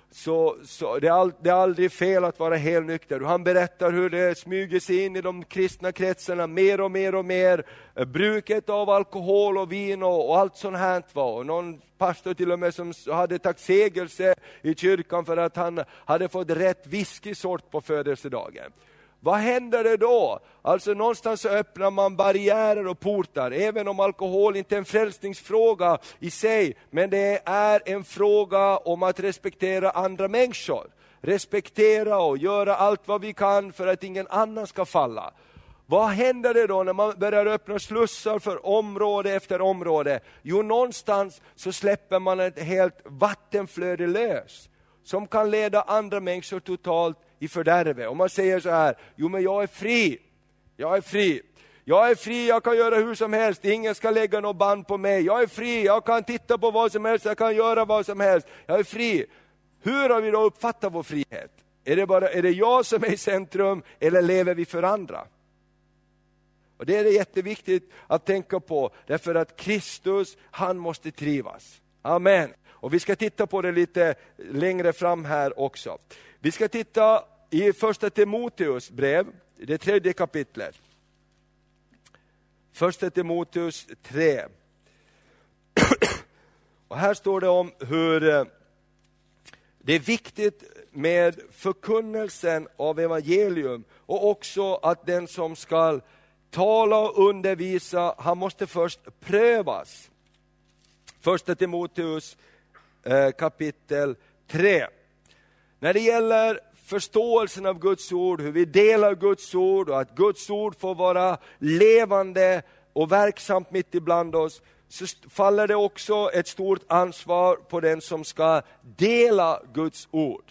A: Så, så det, är all, det är aldrig fel att vara helt nykter. Han berättar hur det smyger sig in i de kristna kretsarna mer och mer och mer. Bruket av alkohol och vin och, och allt sånt här var. Och någon pastor till och med som hade tacksägelse i kyrkan för att han hade fått rätt whiskysort på födelsedagen. Vad händer det då? Alltså någonstans så öppnar man barriärer och portar. Även om alkohol inte är en frälsningsfråga i sig. Men det är en fråga om att respektera andra människor. Respektera och göra allt vad vi kan för att ingen annan ska falla. Vad händer det då när man börjar öppna slussar för område efter område? Jo, någonstans så släpper man ett helt vattenflöde lös. Som kan leda andra människor totalt i fördärve. Om man säger så här, jo men jag är fri, jag är fri. Jag är fri, jag kan göra hur som helst, ingen ska lägga något band på mig. Jag är fri, jag kan titta på vad som helst, jag kan göra vad som helst. Jag är fri. Hur har vi då uppfattat vår frihet? Är det, bara, är det jag som är i centrum eller lever vi för andra? Och det är det jätteviktigt att tänka på, därför att Kristus, han måste trivas. Amen. Och vi ska titta på det lite längre fram här också. Vi ska titta i första Timoteus brev, det tredje kapitlet. Första Timoteus tre. Och här står det om hur det är viktigt med förkunnelsen av evangelium. Och också att den som ska tala och undervisa, han måste först prövas. Första Timoteus kapitel tre. När det gäller förståelsen av Guds ord, hur vi delar Guds ord och att Guds ord får vara levande och verksamt mitt ibland oss, så faller det också ett stort ansvar på den som ska dela Guds ord.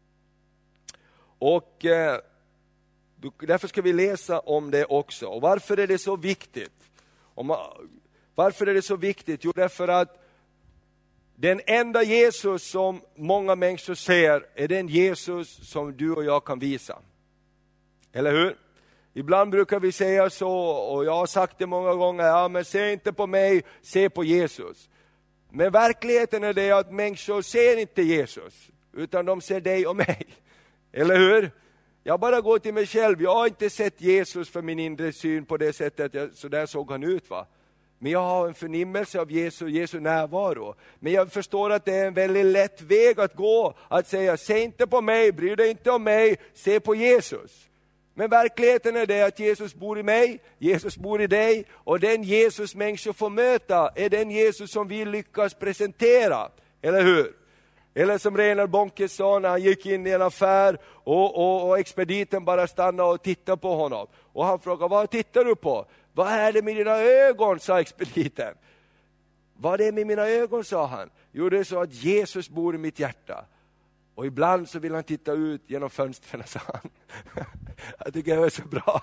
A: Och eh, därför ska vi läsa om det också. Och varför är det så viktigt? Om, varför är det så viktigt? Jo, därför att den enda Jesus som många människor ser är den Jesus som du och jag kan visa. Eller hur? Ibland brukar vi säga så, och jag har sagt det många gånger, ja men se inte på mig, se på Jesus. Men verkligheten är det att människor ser inte Jesus, utan de ser dig och mig. Eller hur? Jag bara går till mig själv, jag har inte sett Jesus för min inre syn på det sättet, jag, så där såg han ut va. Men jag har en förnimmelse av Jesu, Jesu närvaro. Men jag förstår att det är en väldigt lätt väg att gå. Att säga, se inte på mig, bry dig inte om mig, se på Jesus. Men verkligheten är det att Jesus bor i mig, Jesus bor i dig. Och den Jesus människor får möta är den Jesus som vi lyckas presentera. Eller hur? Eller som Reinhard Bonnke sa när han gick in i en affär och, och, och expediten bara stannade och tittade på honom. Och han frågade, vad tittar du på? Vad är det med dina ögon, sa expediten. Vad är det med mina ögon, sa han. Jo, det är så att Jesus bor i mitt hjärta. Och ibland så vill han titta ut genom fönstren, sa han. Jag tycker det är så bra.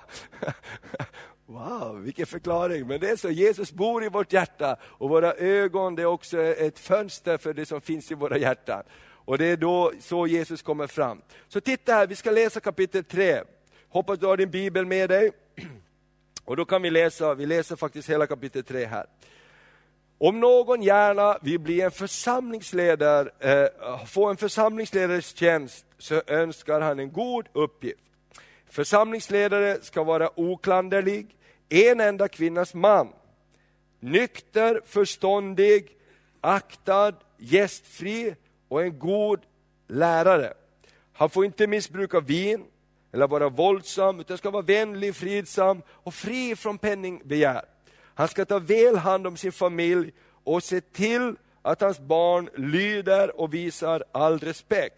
A: Wow, vilken förklaring. Men det är så, Jesus bor i vårt hjärta. Och våra ögon, det är också ett fönster för det som finns i våra hjärtan. Och det är då så Jesus kommer fram. Så titta här, vi ska läsa kapitel tre. Hoppas du har din bibel med dig. Och då kan vi läsa, vi läser faktiskt hela kapitel tre här. Om någon gärna vill bli en församlingsledare, eh, få en församlingsledares tjänst, så önskar han en god uppgift. Församlingsledare ska vara oklanderlig, en enda kvinnas man. Nykter, förståndig, aktad, gästfri och en god lärare. Han får inte missbruka vin eller vara våldsam, utan ska vara vänlig, fridsam och fri från penningbegär. Han ska ta väl hand om sin familj och se till att hans barn lyder och visar all respekt.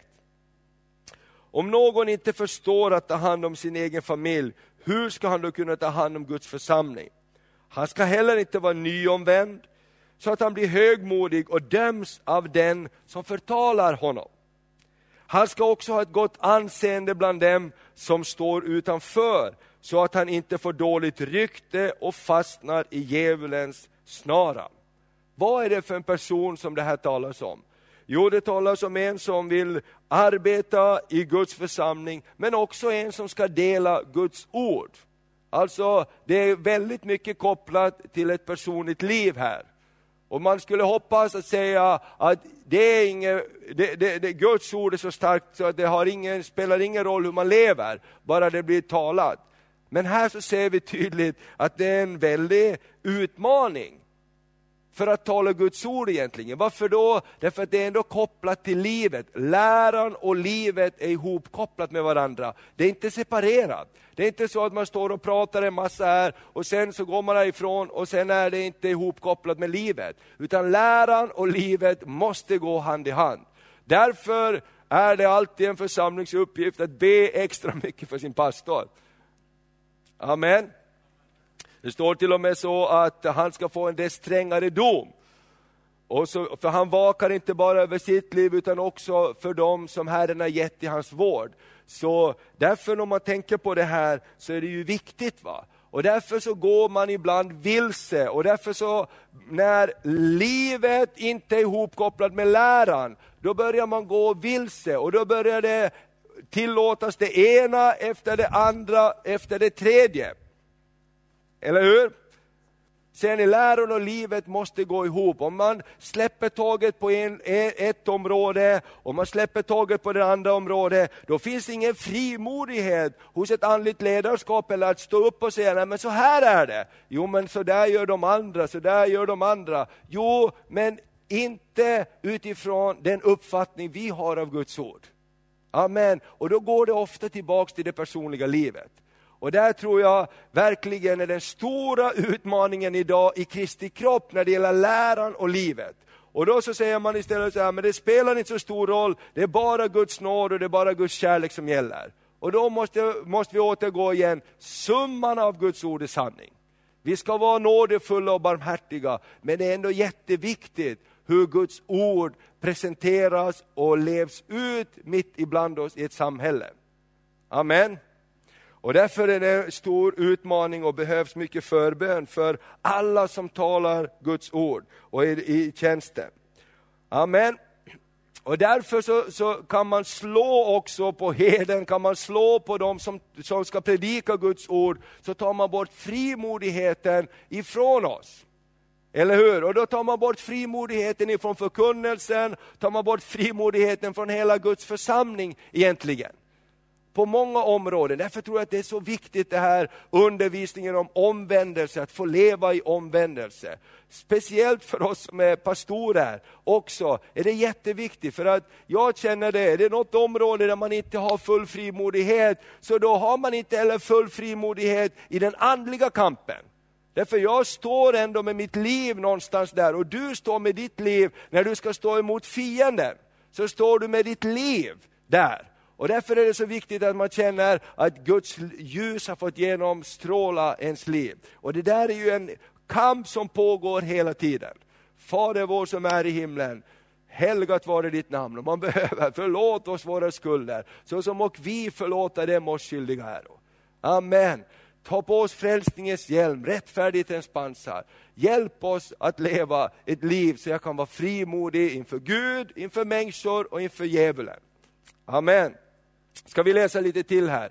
A: Om någon inte förstår att ta hand om sin egen familj, hur ska han då kunna ta hand om Guds församling? Han ska heller inte vara nyomvänd, så att han blir högmodig och döms av den som förtalar honom. Han ska också ha ett gott anseende bland dem som står utanför, så att han inte får dåligt rykte och fastnar i djävulens snara. Vad är det för en person som det här talas om? Jo, det talas om en som vill arbeta i Guds församling, men också en som ska dela Guds ord. Alltså, det är väldigt mycket kopplat till ett personligt liv här. Och man skulle hoppas att säga att det är inget, det, det, det, Guds ord är så starkt så att det har ingen, spelar ingen roll hur man lever, bara det blir talat. Men här så ser vi tydligt att det är en väldig utmaning för att tala Guds ord egentligen. Varför då? Därför att det är ändå kopplat till livet. Läran och livet är ihopkopplat med varandra. Det är inte separerat. Det är inte så att man står och pratar en massa här och sen så går man ifrån och sen är det inte ihopkopplat med livet. Utan läran och livet måste gå hand i hand. Därför är det alltid en församlingsuppgift att be extra mycket för sin pastor. Amen. Det står till och med så att han ska få en dess strängare dom. Och så, för han vakar inte bara över sitt liv utan också för dem som Herren har gett i hans vård. Så därför när man tänker på det här så är det ju viktigt, va? Och därför så går man ibland vilse. Och därför så när livet inte är ihopkopplat med läran, då börjar man gå vilse. Och då börjar det tillåtas det ena efter det andra efter det tredje. Eller hur? Sen i läran och livet måste gå ihop. Om man släpper taget på en, ett område och man släpper taget på det andra området, då finns ingen frimodighet hos ett andligt ledarskap eller att stå upp och säga, nej men så här är det. Jo men så där gör de andra, så där gör de andra. Jo men inte utifrån den uppfattning vi har av Guds ord. Amen. Och då går det ofta tillbaka till det personliga livet. Och där tror jag verkligen är den stora utmaningen idag i Kristi kropp när det gäller läran och livet. Och då så säger man istället så här, men det spelar inte så stor roll, det är bara Guds nåd och det är bara Guds kärlek som gäller. Och då måste, måste vi återgå igen, summan av Guds ord är sanning. Vi ska vara nådefulla och barmhärtiga, men det är ändå jätteviktigt hur Guds ord presenteras och levs ut mitt ibland oss i ett samhälle. Amen. Och därför är det en stor utmaning och behövs mycket förbön för alla som talar Guds ord och är i tjänsten. Amen. Och därför så, så kan man slå också på heden, kan man slå på dem som, som ska predika Guds ord, så tar man bort frimodigheten ifrån oss. Eller hur? Och då tar man bort frimodigheten ifrån förkunnelsen, tar man bort frimodigheten från hela Guds församling egentligen. På många områden. Därför tror jag att det är så viktigt det här undervisningen om omvändelse, att få leva i omvändelse. Speciellt för oss som är pastorer också är det jätteviktigt, för att jag känner det, är det något område där man inte har full frimodighet, så då har man inte heller full frimodighet i den andliga kampen. Därför jag står ändå med mitt liv någonstans där, och du står med ditt liv när du ska stå emot fienden. Så står du med ditt liv där. Och därför är det så viktigt att man känner att Guds ljus har fått genomstråla ens liv. Och det där är ju en kamp som pågår hela tiden. Fader vår som är i himlen, helgat vare ditt namn. Och man behöver förlåta oss våra skulder, så som och vi förlåta dem oss skyldiga är. Amen. Ta på oss frälsningens hjälm, rättfärdighetens pansar. Hjälp oss att leva ett liv så jag kan vara frimodig inför Gud, inför människor och inför djävulen. Amen. Ska vi läsa lite till här.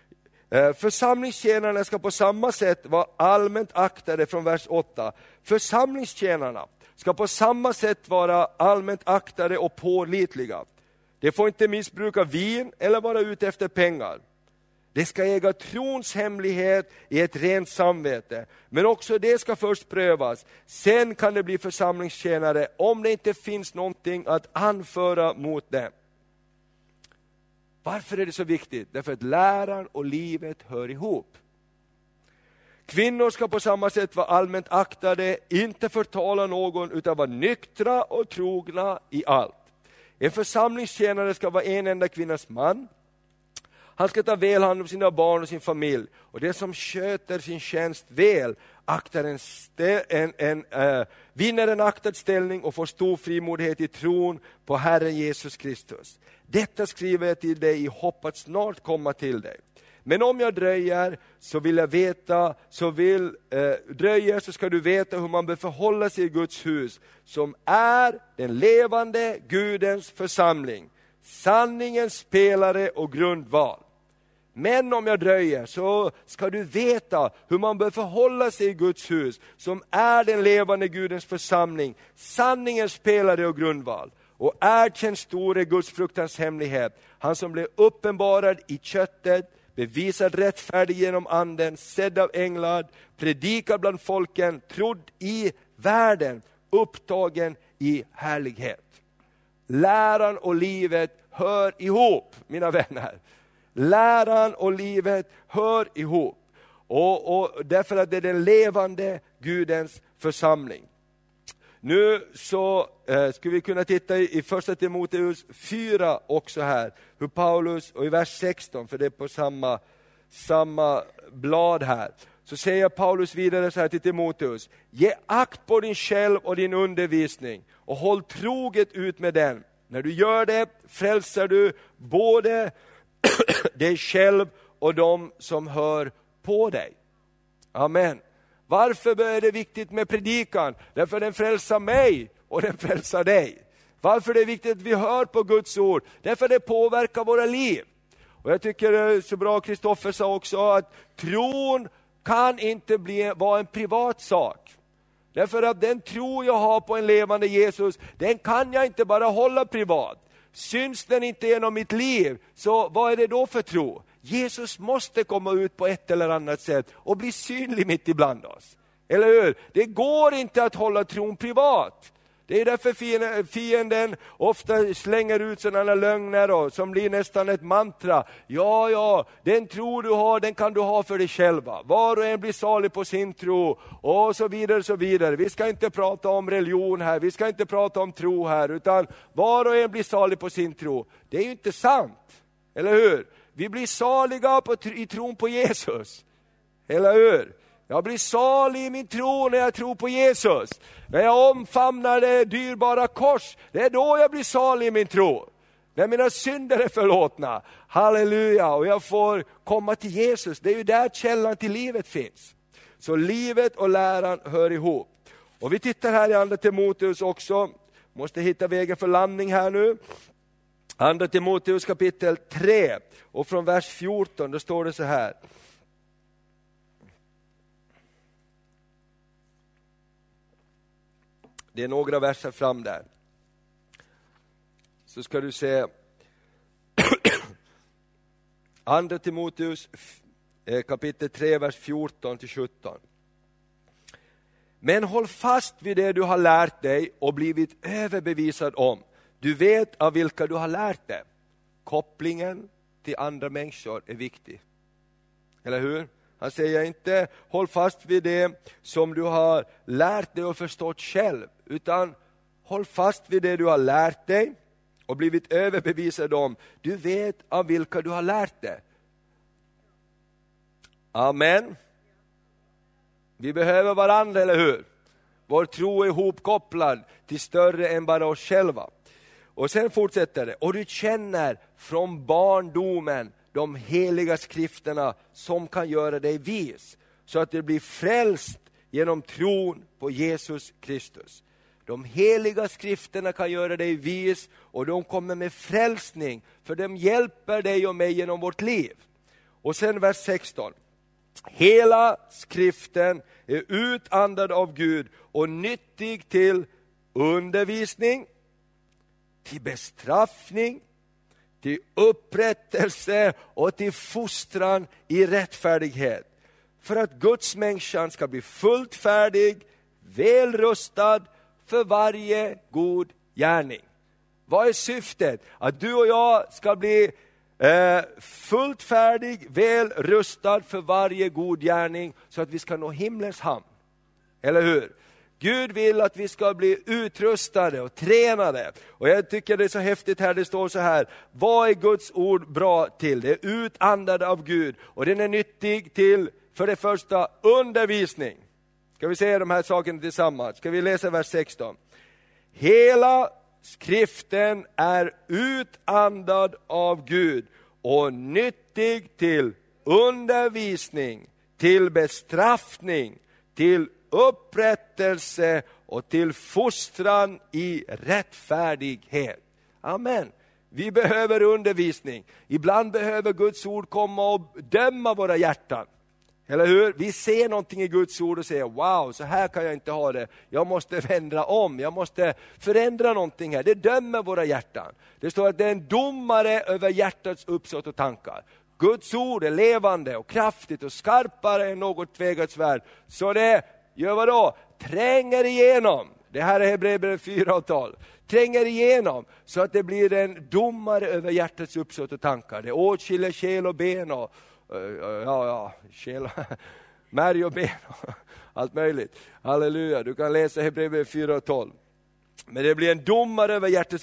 A: Församlingstjänarna ska på samma sätt vara allmänt aktade, från vers åtta. Församlingstjänarna ska på samma sätt vara allmänt aktade och pålitliga. De får inte missbruka vin eller vara ute efter pengar. Det ska äga trons hemlighet i ett rent samvete. Men också det ska först prövas. Sen kan det bli församlingstjänare om det inte finns någonting att anföra mot dem. Varför är det så viktigt? Därför att läran och livet hör ihop. Kvinnor ska på samma sätt vara allmänt aktade, inte förtala någon, utan vara nyktra och trogna i allt. En församlingstjänare ska vara en enda kvinnas man. Han ska ta väl hand om sina barn och sin familj. Och det som sköter sin tjänst väl aktar en stä- en, en, äh, vinner en aktad ställning och får stor frimodighet i tron på Herren Jesus Kristus. Detta skriver jag till dig i hopp att snart komma till dig. Men om jag dröjer så vill jag veta, så vill eh, dröjer så ska du veta hur man bör förhålla sig i Guds hus, som är den levande Gudens församling, sanningens spelare och grundval. Men om jag dröjer så ska du veta hur man bör förhålla sig i Guds hus, som är den levande Gudens församling, sanningens pelare och grundval. Och erkänn store Guds fruktans hemlighet, han som blev uppenbarad i köttet, bevisad rättfärdig genom anden, sedd av änglar, predikad bland folken, trodd i världen, upptagen i härlighet. Läran och livet hör ihop, mina vänner. Läran och livet hör ihop. Och, och därför att det är den levande Gudens församling. Nu så eh, skulle vi kunna titta i, i första Timoteus fyra också här. Hur Paulus, och i vers sexton, för det är på samma, samma blad här. Så säger Paulus vidare så här till Timoteus: ge akt på din själv och din undervisning och håll troget ut med den. När du gör det frälsar du både dig själv och de som hör på dig. Amen. Varför är det viktigt med predikan? Därför den frälsar mig och den frälsar dig. Varför är det viktigt att vi hör på Guds ord? Därför det påverkar våra liv. Och jag tycker det är så bra, Kristoffer sa också, att tron kan inte bli, vara en privat sak. Därför att den tro jag har på en levande Jesus, den kan jag inte bara hålla privat. Syns den inte genom mitt liv, så vad är det då för tro? Jesus måste komma ut på ett eller annat sätt och bli synlig mitt ibland oss. Eller hur? Det går inte att hålla tron privat. Det är därför fienden ofta slänger ut sådana lögner då, som blir nästan ett mantra. Ja, ja, den tro du har, den kan du ha för dig själva. Var och en blir salig på sin tro och så vidare, så vidare. Vi ska inte prata om religion här, vi ska inte prata om tro här, utan var och en blir salig på sin tro. Det är ju inte sant, eller hur? Vi blir saliga på, i tron på Jesus, eller hur? Jag blir salig i min tro när jag tror på Jesus. När jag omfamnar det dyrbara kors, det är då jag blir salig i min tro. När mina synder är förlåtna. Halleluja. Och jag får komma till Jesus. Det är ju där källan till livet finns. Så livet och läran hör ihop. Och vi tittar här i andra Timoteus också. Måste hitta vägen för landning här nu. andra Timoteus kapitel tre. Och från vers fjorton, då står det så här. Det är några verser fram där. Så ska du se andra Timoteus kapitel tre, vers fjorton till sjutton. Men håll fast vid det du har lärt dig och blivit överbevisad om. Du vet av vilka du har lärt dig. Kopplingen till andra människor är viktig. Eller hur? Han säger inte håll fast vid det som du har lärt dig och förstått själv, utan håll fast vid det du har lärt dig och blivit överbevisad om. Du vet av vilka du har lärt dig. Amen. Vi behöver varandra, eller hur? Vår tro är ihopkopplad till större än bara oss själva. Och sen fortsätter det. Och du känner från barndomen de heliga skrifterna som kan göra dig vis, så att du blir frälst genom tron på Jesus Kristus. De heliga skrifterna kan göra dig vis, och de kommer med frälsning, för de hjälper dig och mig genom vårt liv. Och sen vers sexton. Hela skriften är utandad av Gud och nyttig till undervisning, till bestraffning, till upprättelse och till fostran i rättfärdighet. För att Guds människan ska bli fullt färdig, väl rustad för varje god gärning. Vad är syftet? Att du och jag ska bli eh, fullt färdig, väl rustad för varje god gärning, så att vi ska nå himlens hamn. Eller hur? Gud vill att vi ska bli utrustade och tränade. Och jag tycker det är så häftigt här, det står så här. Vad är Guds ord bra till? Det är utandade av Gud. Och den är nyttig till, för det första, undervisning. Ska vi se de här sakerna tillsammans? Ska vi läsa vers sexton? Hela skriften är utandad av Gud och nyttig till undervisning, till bestraffning, till upprättelse och till fostran i rättfärdighet. Amen. Vi behöver undervisning. Ibland behöver Guds ord komma och döma våra hjärtan. Eller hur? Vi ser någonting i Guds ord och säger, wow, så här kan jag inte ha det. Jag måste vända om, jag måste förändra någonting här. Det dömer våra hjärtan. Det står att det är en domare över hjärtats uppsåt och tankar. Guds ord är levande och kraftigt och skarpare än något tvegat svärd. Så det gör vad då? Tränger igenom. Det här är Hebreerbrevet fyra och tolv. Tränger igenom så att det blir en domare över hjärtats uppsåt och tankar. Det åtskiljer själ och ben och ja, ja, själ, märg och ben och allt möjligt. Halleluja, du kan läsa Hebreerbrevet fyra och tolv. Men det blir en domare över hjärtats,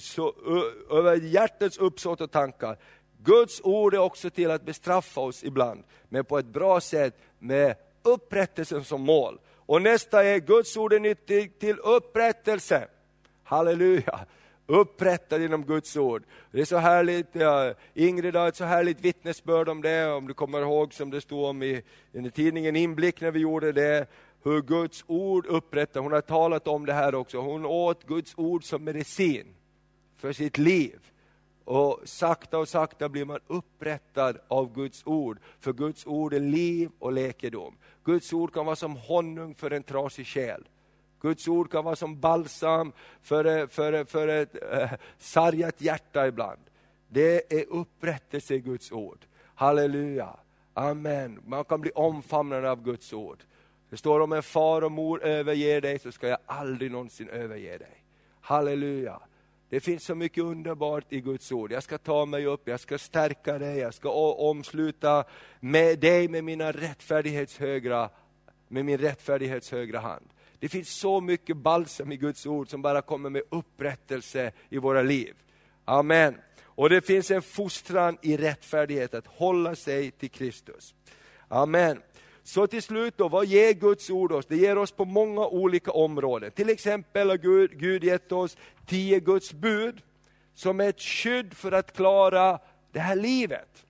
A: över hjärtats uppsåt och tankar. Guds ord är också till att bestraffa oss ibland, men på ett bra sätt med upprättelsen som mål. Och nästa är Guds ord är nyttigt till upprättelse. Halleluja. Upprättad inom Guds ord. Det är så härligt. Ja, Ingrid har ett så härligt vittnesbörd om det. Om du kommer ihåg som det stod om i, i tidningen Inblick när vi gjorde det. Hur Guds ord upprättar. Hon har talat om det här också. Hon åt Guds ord som medicin för sitt liv. Och sakta och sakta blir man upprättad av Guds ord. För Guds ord är liv och läkedom. Guds ord kan vara som honung för en trasig själ. Guds ord kan vara som balsam för, för, för ett äh, sargat hjärta ibland. Det är upprättelse i Guds ord. Halleluja. Amen. Man kan bli omfamnad av Guds ord. Det står om en far och mor överger dig, så ska jag aldrig någonsin överge dig. Halleluja. Det finns så mycket underbart i Guds ord. Jag ska ta mig upp, jag ska stärka dig, jag ska omsluta med dig med mina rättfärdighetshögra, med min rättfärdighetshögra hand. Det finns så mycket balsam i Guds ord som bara kommer med upprättelse i våra liv. Amen. Och det finns en fostran i rättfärdighet att hålla sig till Kristus. Amen. Så till slut då, vad ger Guds ord oss? Det ger oss på många olika områden. Till exempel har Gud, Gud gett oss tio Guds bud som är ett skydd för att klara det här livet.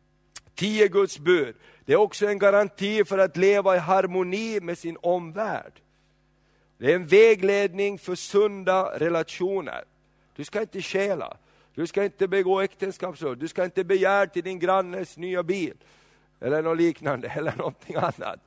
A: Tio Guds bud. Det är också en garanti för att leva i harmoni med sin omvärld. Det är en vägledning för sunda relationer. Du ska inte stjäla. Du ska inte begå äktenskapsbrott. Du ska inte begära till din grannes nya bil. Eller något liknande. Eller någonting annat.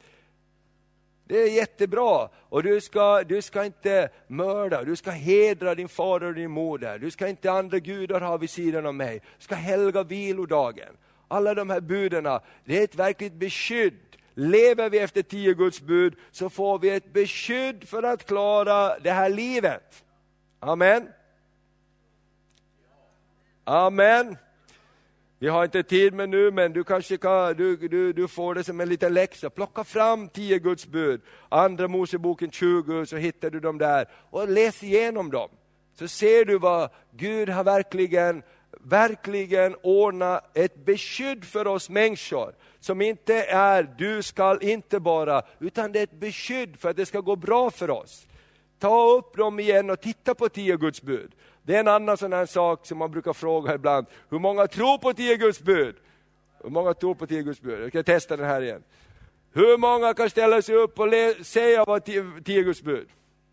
A: Det är jättebra. Och du ska, du ska inte mörda. Du ska hedra din far och din moder. Du ska inte andra gudar ha vid sidan av mig. Du ska helga vilodagen. Alla de här budena. Det är ett verkligt beskydd. Lever vi efter tio Guds bud så får vi ett beskydd för att klara det här livet. Amen. Amen. Vi har inte tid med nu, men du kanske kan, du, du, du får det som en liten läxa. Plocka fram tio Guds bud. Andra Moseboken tjugo, så hittar du dem där. Och läs igenom dem. Så ser du vad Gud har verkligen, verkligen ordnat ett beskydd för oss människor. Som inte är du ska inte bara, utan det är ett beskydd för att det ska gå bra för oss. Ta upp dem igen och titta på tio Guds bud. Det är en annan sån här sak som man brukar fråga ibland. Hur många tror på tio Guds bud? Hur många tror på tio Guds bud? Jag ska testa den här igen. Hur många kan ställa sig upp och le- säga vad tio, tio Guds bud?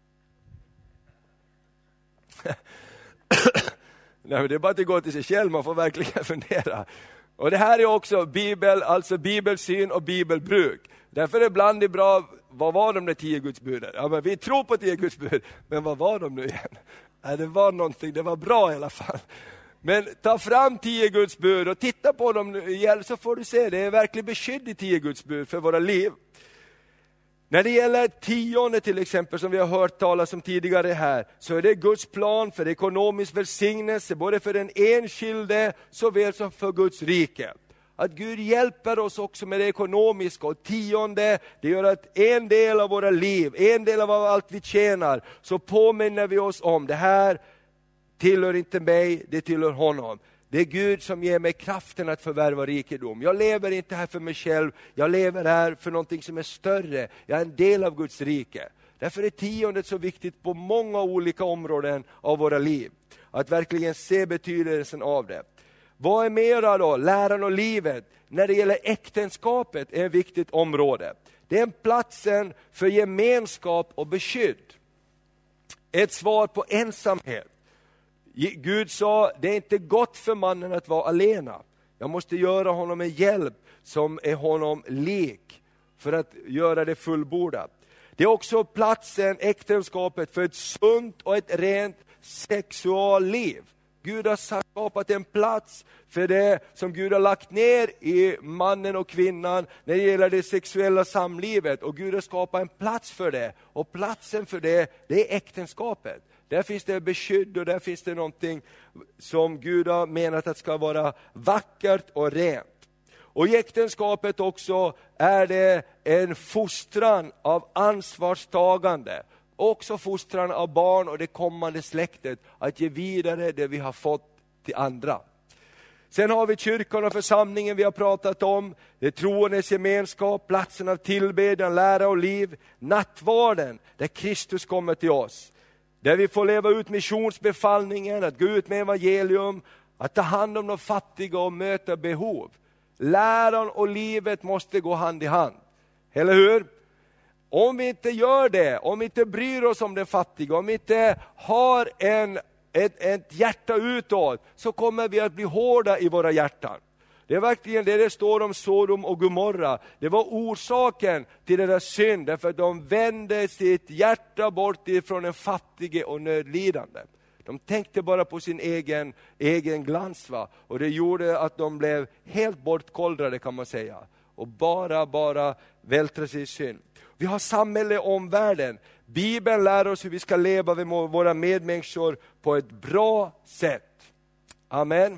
A: Nej, det är bara att det går till sig själv. Man får verkligen fundera. Och det här är också bibel, alltså bibelsyn och bibelbruk. Därför är det ibland det bra, vad var de där tio Guds buden? Ja, men vi tror på tio Guds bud, men vad var de nu igen? Ja, det var någonting, det var bra i alla fall. Men ta fram tio Guds bud och titta på dem igen, så får du se, det är verkligen beskydd i tio Guds bud för våra liv. När det gäller tionde till exempel, som vi har hört talas om tidigare här, så är det Guds plan för ekonomisk välsignelse, både för den enskilde såväl som för Guds rike. Att Gud hjälper oss också med det ekonomiska, och tionde, det gör att en del av våra liv, en del av allt vi tjänar, så påminner vi oss om, det här tillhör inte mig, det tillhör honom. Det är Gud som ger mig kraften att förvärva rikedom. Jag lever inte här för mig själv. Jag lever här för någonting som är större. Jag är en del av Guds rike. Därför är tiondet så viktigt på många olika områden av våra liv. Att verkligen se betydelsen av det. Vad är mera då? Läran och livet. När det gäller äktenskapet är ett viktigt område. Det är en platsen för gemenskap och beskydd. Ett svar på ensamhet. Gud sa, det är inte gott för mannen att vara alena. Jag måste göra honom en hjälp som är honom lik för att göra det fullbordat. Det är också platsen, äktenskapet, för ett sunt och ett rent sexualliv. Gud har skapat en plats för det som Gud har lagt ner i mannen och kvinnan när det gäller det sexuella samlivet. Och Gud har skapat en plats för det. Och platsen för det, det är äktenskapet. Där finns det beskydd och där finns det någonting som Gud har menat att ska vara vackert och rent. Och i äktenskapet också är det en fostran av ansvarstagande. Också fostran av barn och det kommande släktet att ge vidare det vi har fått till andra. Sen har vi kyrkan och församlingen vi har pratat om. Det är troendes gemenskap, platsen av tillbedjan, lära och liv. Nattvarden där Kristus kommer till oss. Där vi får leva ut missionsbefallningen, att gå ut med evangelium, att ta hand om de fattiga och möta behov. Läran och livet måste gå hand i hand. Eller hur? Om vi inte gör det, om vi inte bryr oss om den fattiga, om vi inte har en, ett, ett hjärta utåt, så kommer vi att bli hårda i våra hjärtan. Det är verkligen det det står om Sodom och Gomorra. Det var orsaken till deras synd, därför att de vände sitt hjärta bort ifrån den fattige och nödlidande. De tänkte bara på sin egen, egen glans, va? Och det gjorde att de blev helt bortkollrade, kan man säga. Och bara, bara vältra sig i synd. Vi har samhälle om världen. Bibeln lär oss hur vi ska leva med våra medmänniskor på ett bra sätt. Amen.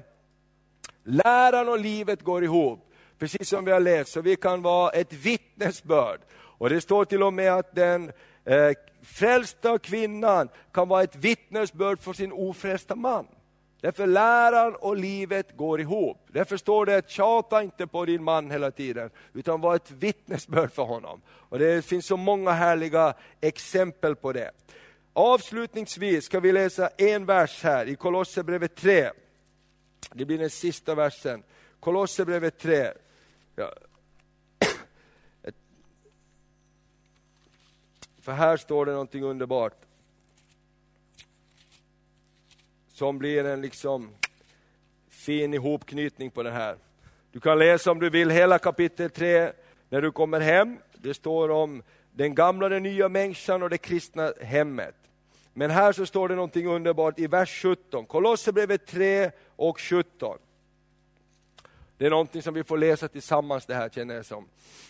A: Läran och livet går ihop. Precis som vi har läst. Så vi kan vara ett vittnesbörd. Och det står till och med att den eh, frälsta kvinnan kan vara ett vittnesbörd för sin ofrälsta man. Därför läran och livet går ihop. Därför står det att tjata inte på din man hela tiden, utan var ett vittnesbörd för honom. Och det finns så många härliga exempel på det. Avslutningsvis ska vi läsa en vers här i Kolosserbrevet tre. Det blir den sista versen. Kolosserbrevet tre. Ja. För här står det någonting underbart. Som blir en liksom fin ihopknytning på det här. Du kan läsa om du vill hela kapitel tre när du kommer hem. Det står om den gamla och den nya människan och det kristna hemmet. Men här så står det någonting underbart i vers sjutton. Kolosserbrevet tre och sjutton. Det är någonting som vi får läsa tillsammans det här, känner jag som.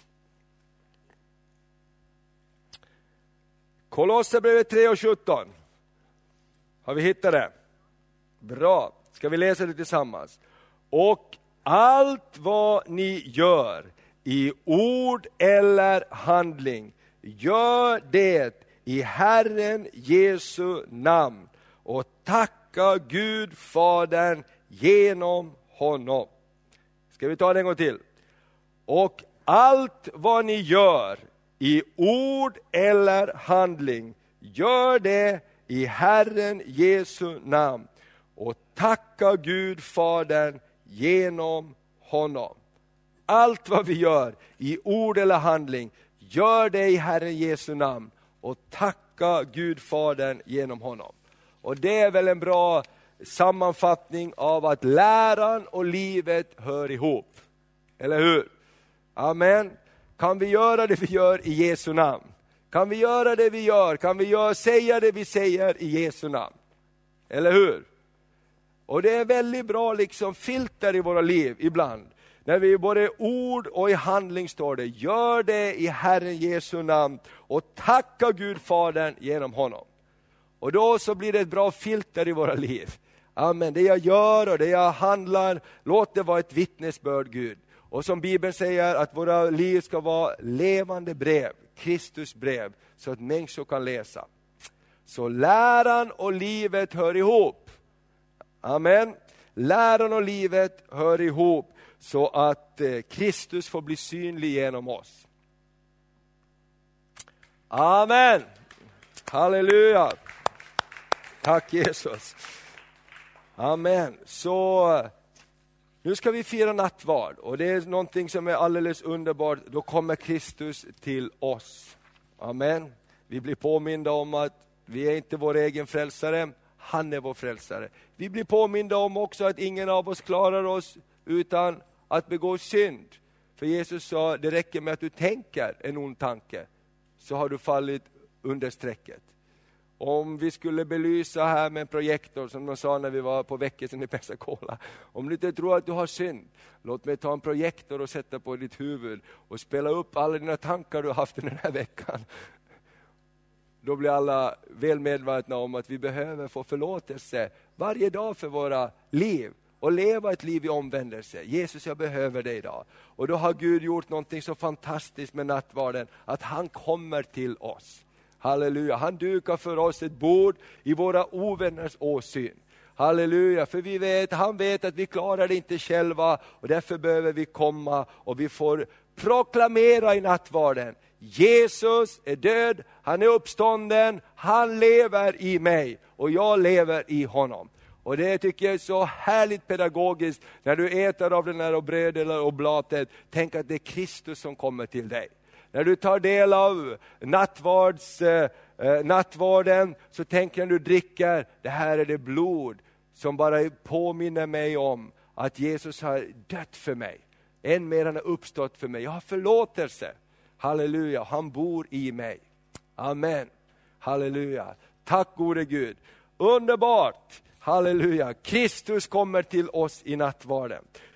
A: Kolosserbrevet tre och sjutton. Har vi hittat det? Bra, ska vi läsa det tillsammans. Och allt vad ni gör i ord eller handling, gör det i Herren Jesu namn och tacka Gud Fadern genom honom. Ska vi ta det en gång till? Och allt vad ni gör i ord eller handling, gör det i Herren Jesu namn och tacka Gud Fadern genom honom. Allt vad vi gör i ord eller handling, gör det i Herren Jesu namn och tacka Gud Fadern genom honom. Och det är väl en bra sammanfattning av att läran och livet hör ihop. Eller hur? Amen. Kan vi göra det vi gör i Jesu namn? Kan vi göra det vi gör? Kan vi gör, säga det vi säger i Jesu namn? Eller hur? Och det är väldigt bra liksom filter i våra liv ibland. När vi både i ord och i handling står det, gör det i Herren Jesu namn och tacka Gud Fadern genom honom. Och då så blir det ett bra filter i våra liv. Amen. Det jag gör och det jag handlar, låt det vara ett vittnesbörd, Gud. Och som Bibeln säger, att våra liv ska vara levande brev, Kristus brev, så att människor kan läsa. Så läran och livet hör ihop. Amen. Läran och livet hör ihop så att eh, Kristus får bli synlig genom oss. Amen. Halleluja. Tack Jesus. Amen. Så nu ska vi fira nattvard. Och det är någonting som är alldeles underbart. Då kommer Kristus till oss. Amen. Vi blir påminda om att vi är inte vår egen frälsare. han är vår frälsare. Vi blir påminda om också att ingen av oss klarar oss utan att begå synd. För Jesus sa, det räcker med att du tänker en ond tanke, så har du fallit under strecket. Om vi skulle belysa här med en projektor, som de sa när vi var på väckelsen i Pensacola. Om du inte tror att du har synd, låt mig ta en projektor och sätta på ditt huvud och spela upp alla dina tankar du har haft den här veckan. Då blir alla väl medvetna om att vi behöver få förlåtelse varje dag för våra liv. Och leva ett liv i omvändelse. Jesus, jag behöver dig idag. Och då har Gud gjort någonting så fantastiskt med nattvarden, att han kommer till oss. Halleluja, han dukar för oss ett bord i våra ovänners åsyn. Halleluja, för vi vet, han vet att vi klarar det inte själva, och därför behöver vi komma och vi får proklamera i nattvarden. Jesus är död, han är uppstånden, han lever i mig och jag lever i honom. Och det tycker jag är så härligt pedagogiskt, när du äter av den här bröd eller oblatet, tänk att det är Kristus som kommer till dig. När du tar del av nattvards, eh, nattvarden, så tänker när du dricker, det här är det blod som bara påminner mig om att Jesus har dött för mig. Än mer han har uppstått för mig. Jag har förlåtelse. Halleluja, han bor i mig. Amen. Halleluja. Tack gode Gud. Underbart. Halleluja. Kristus kommer till oss i nattvarden.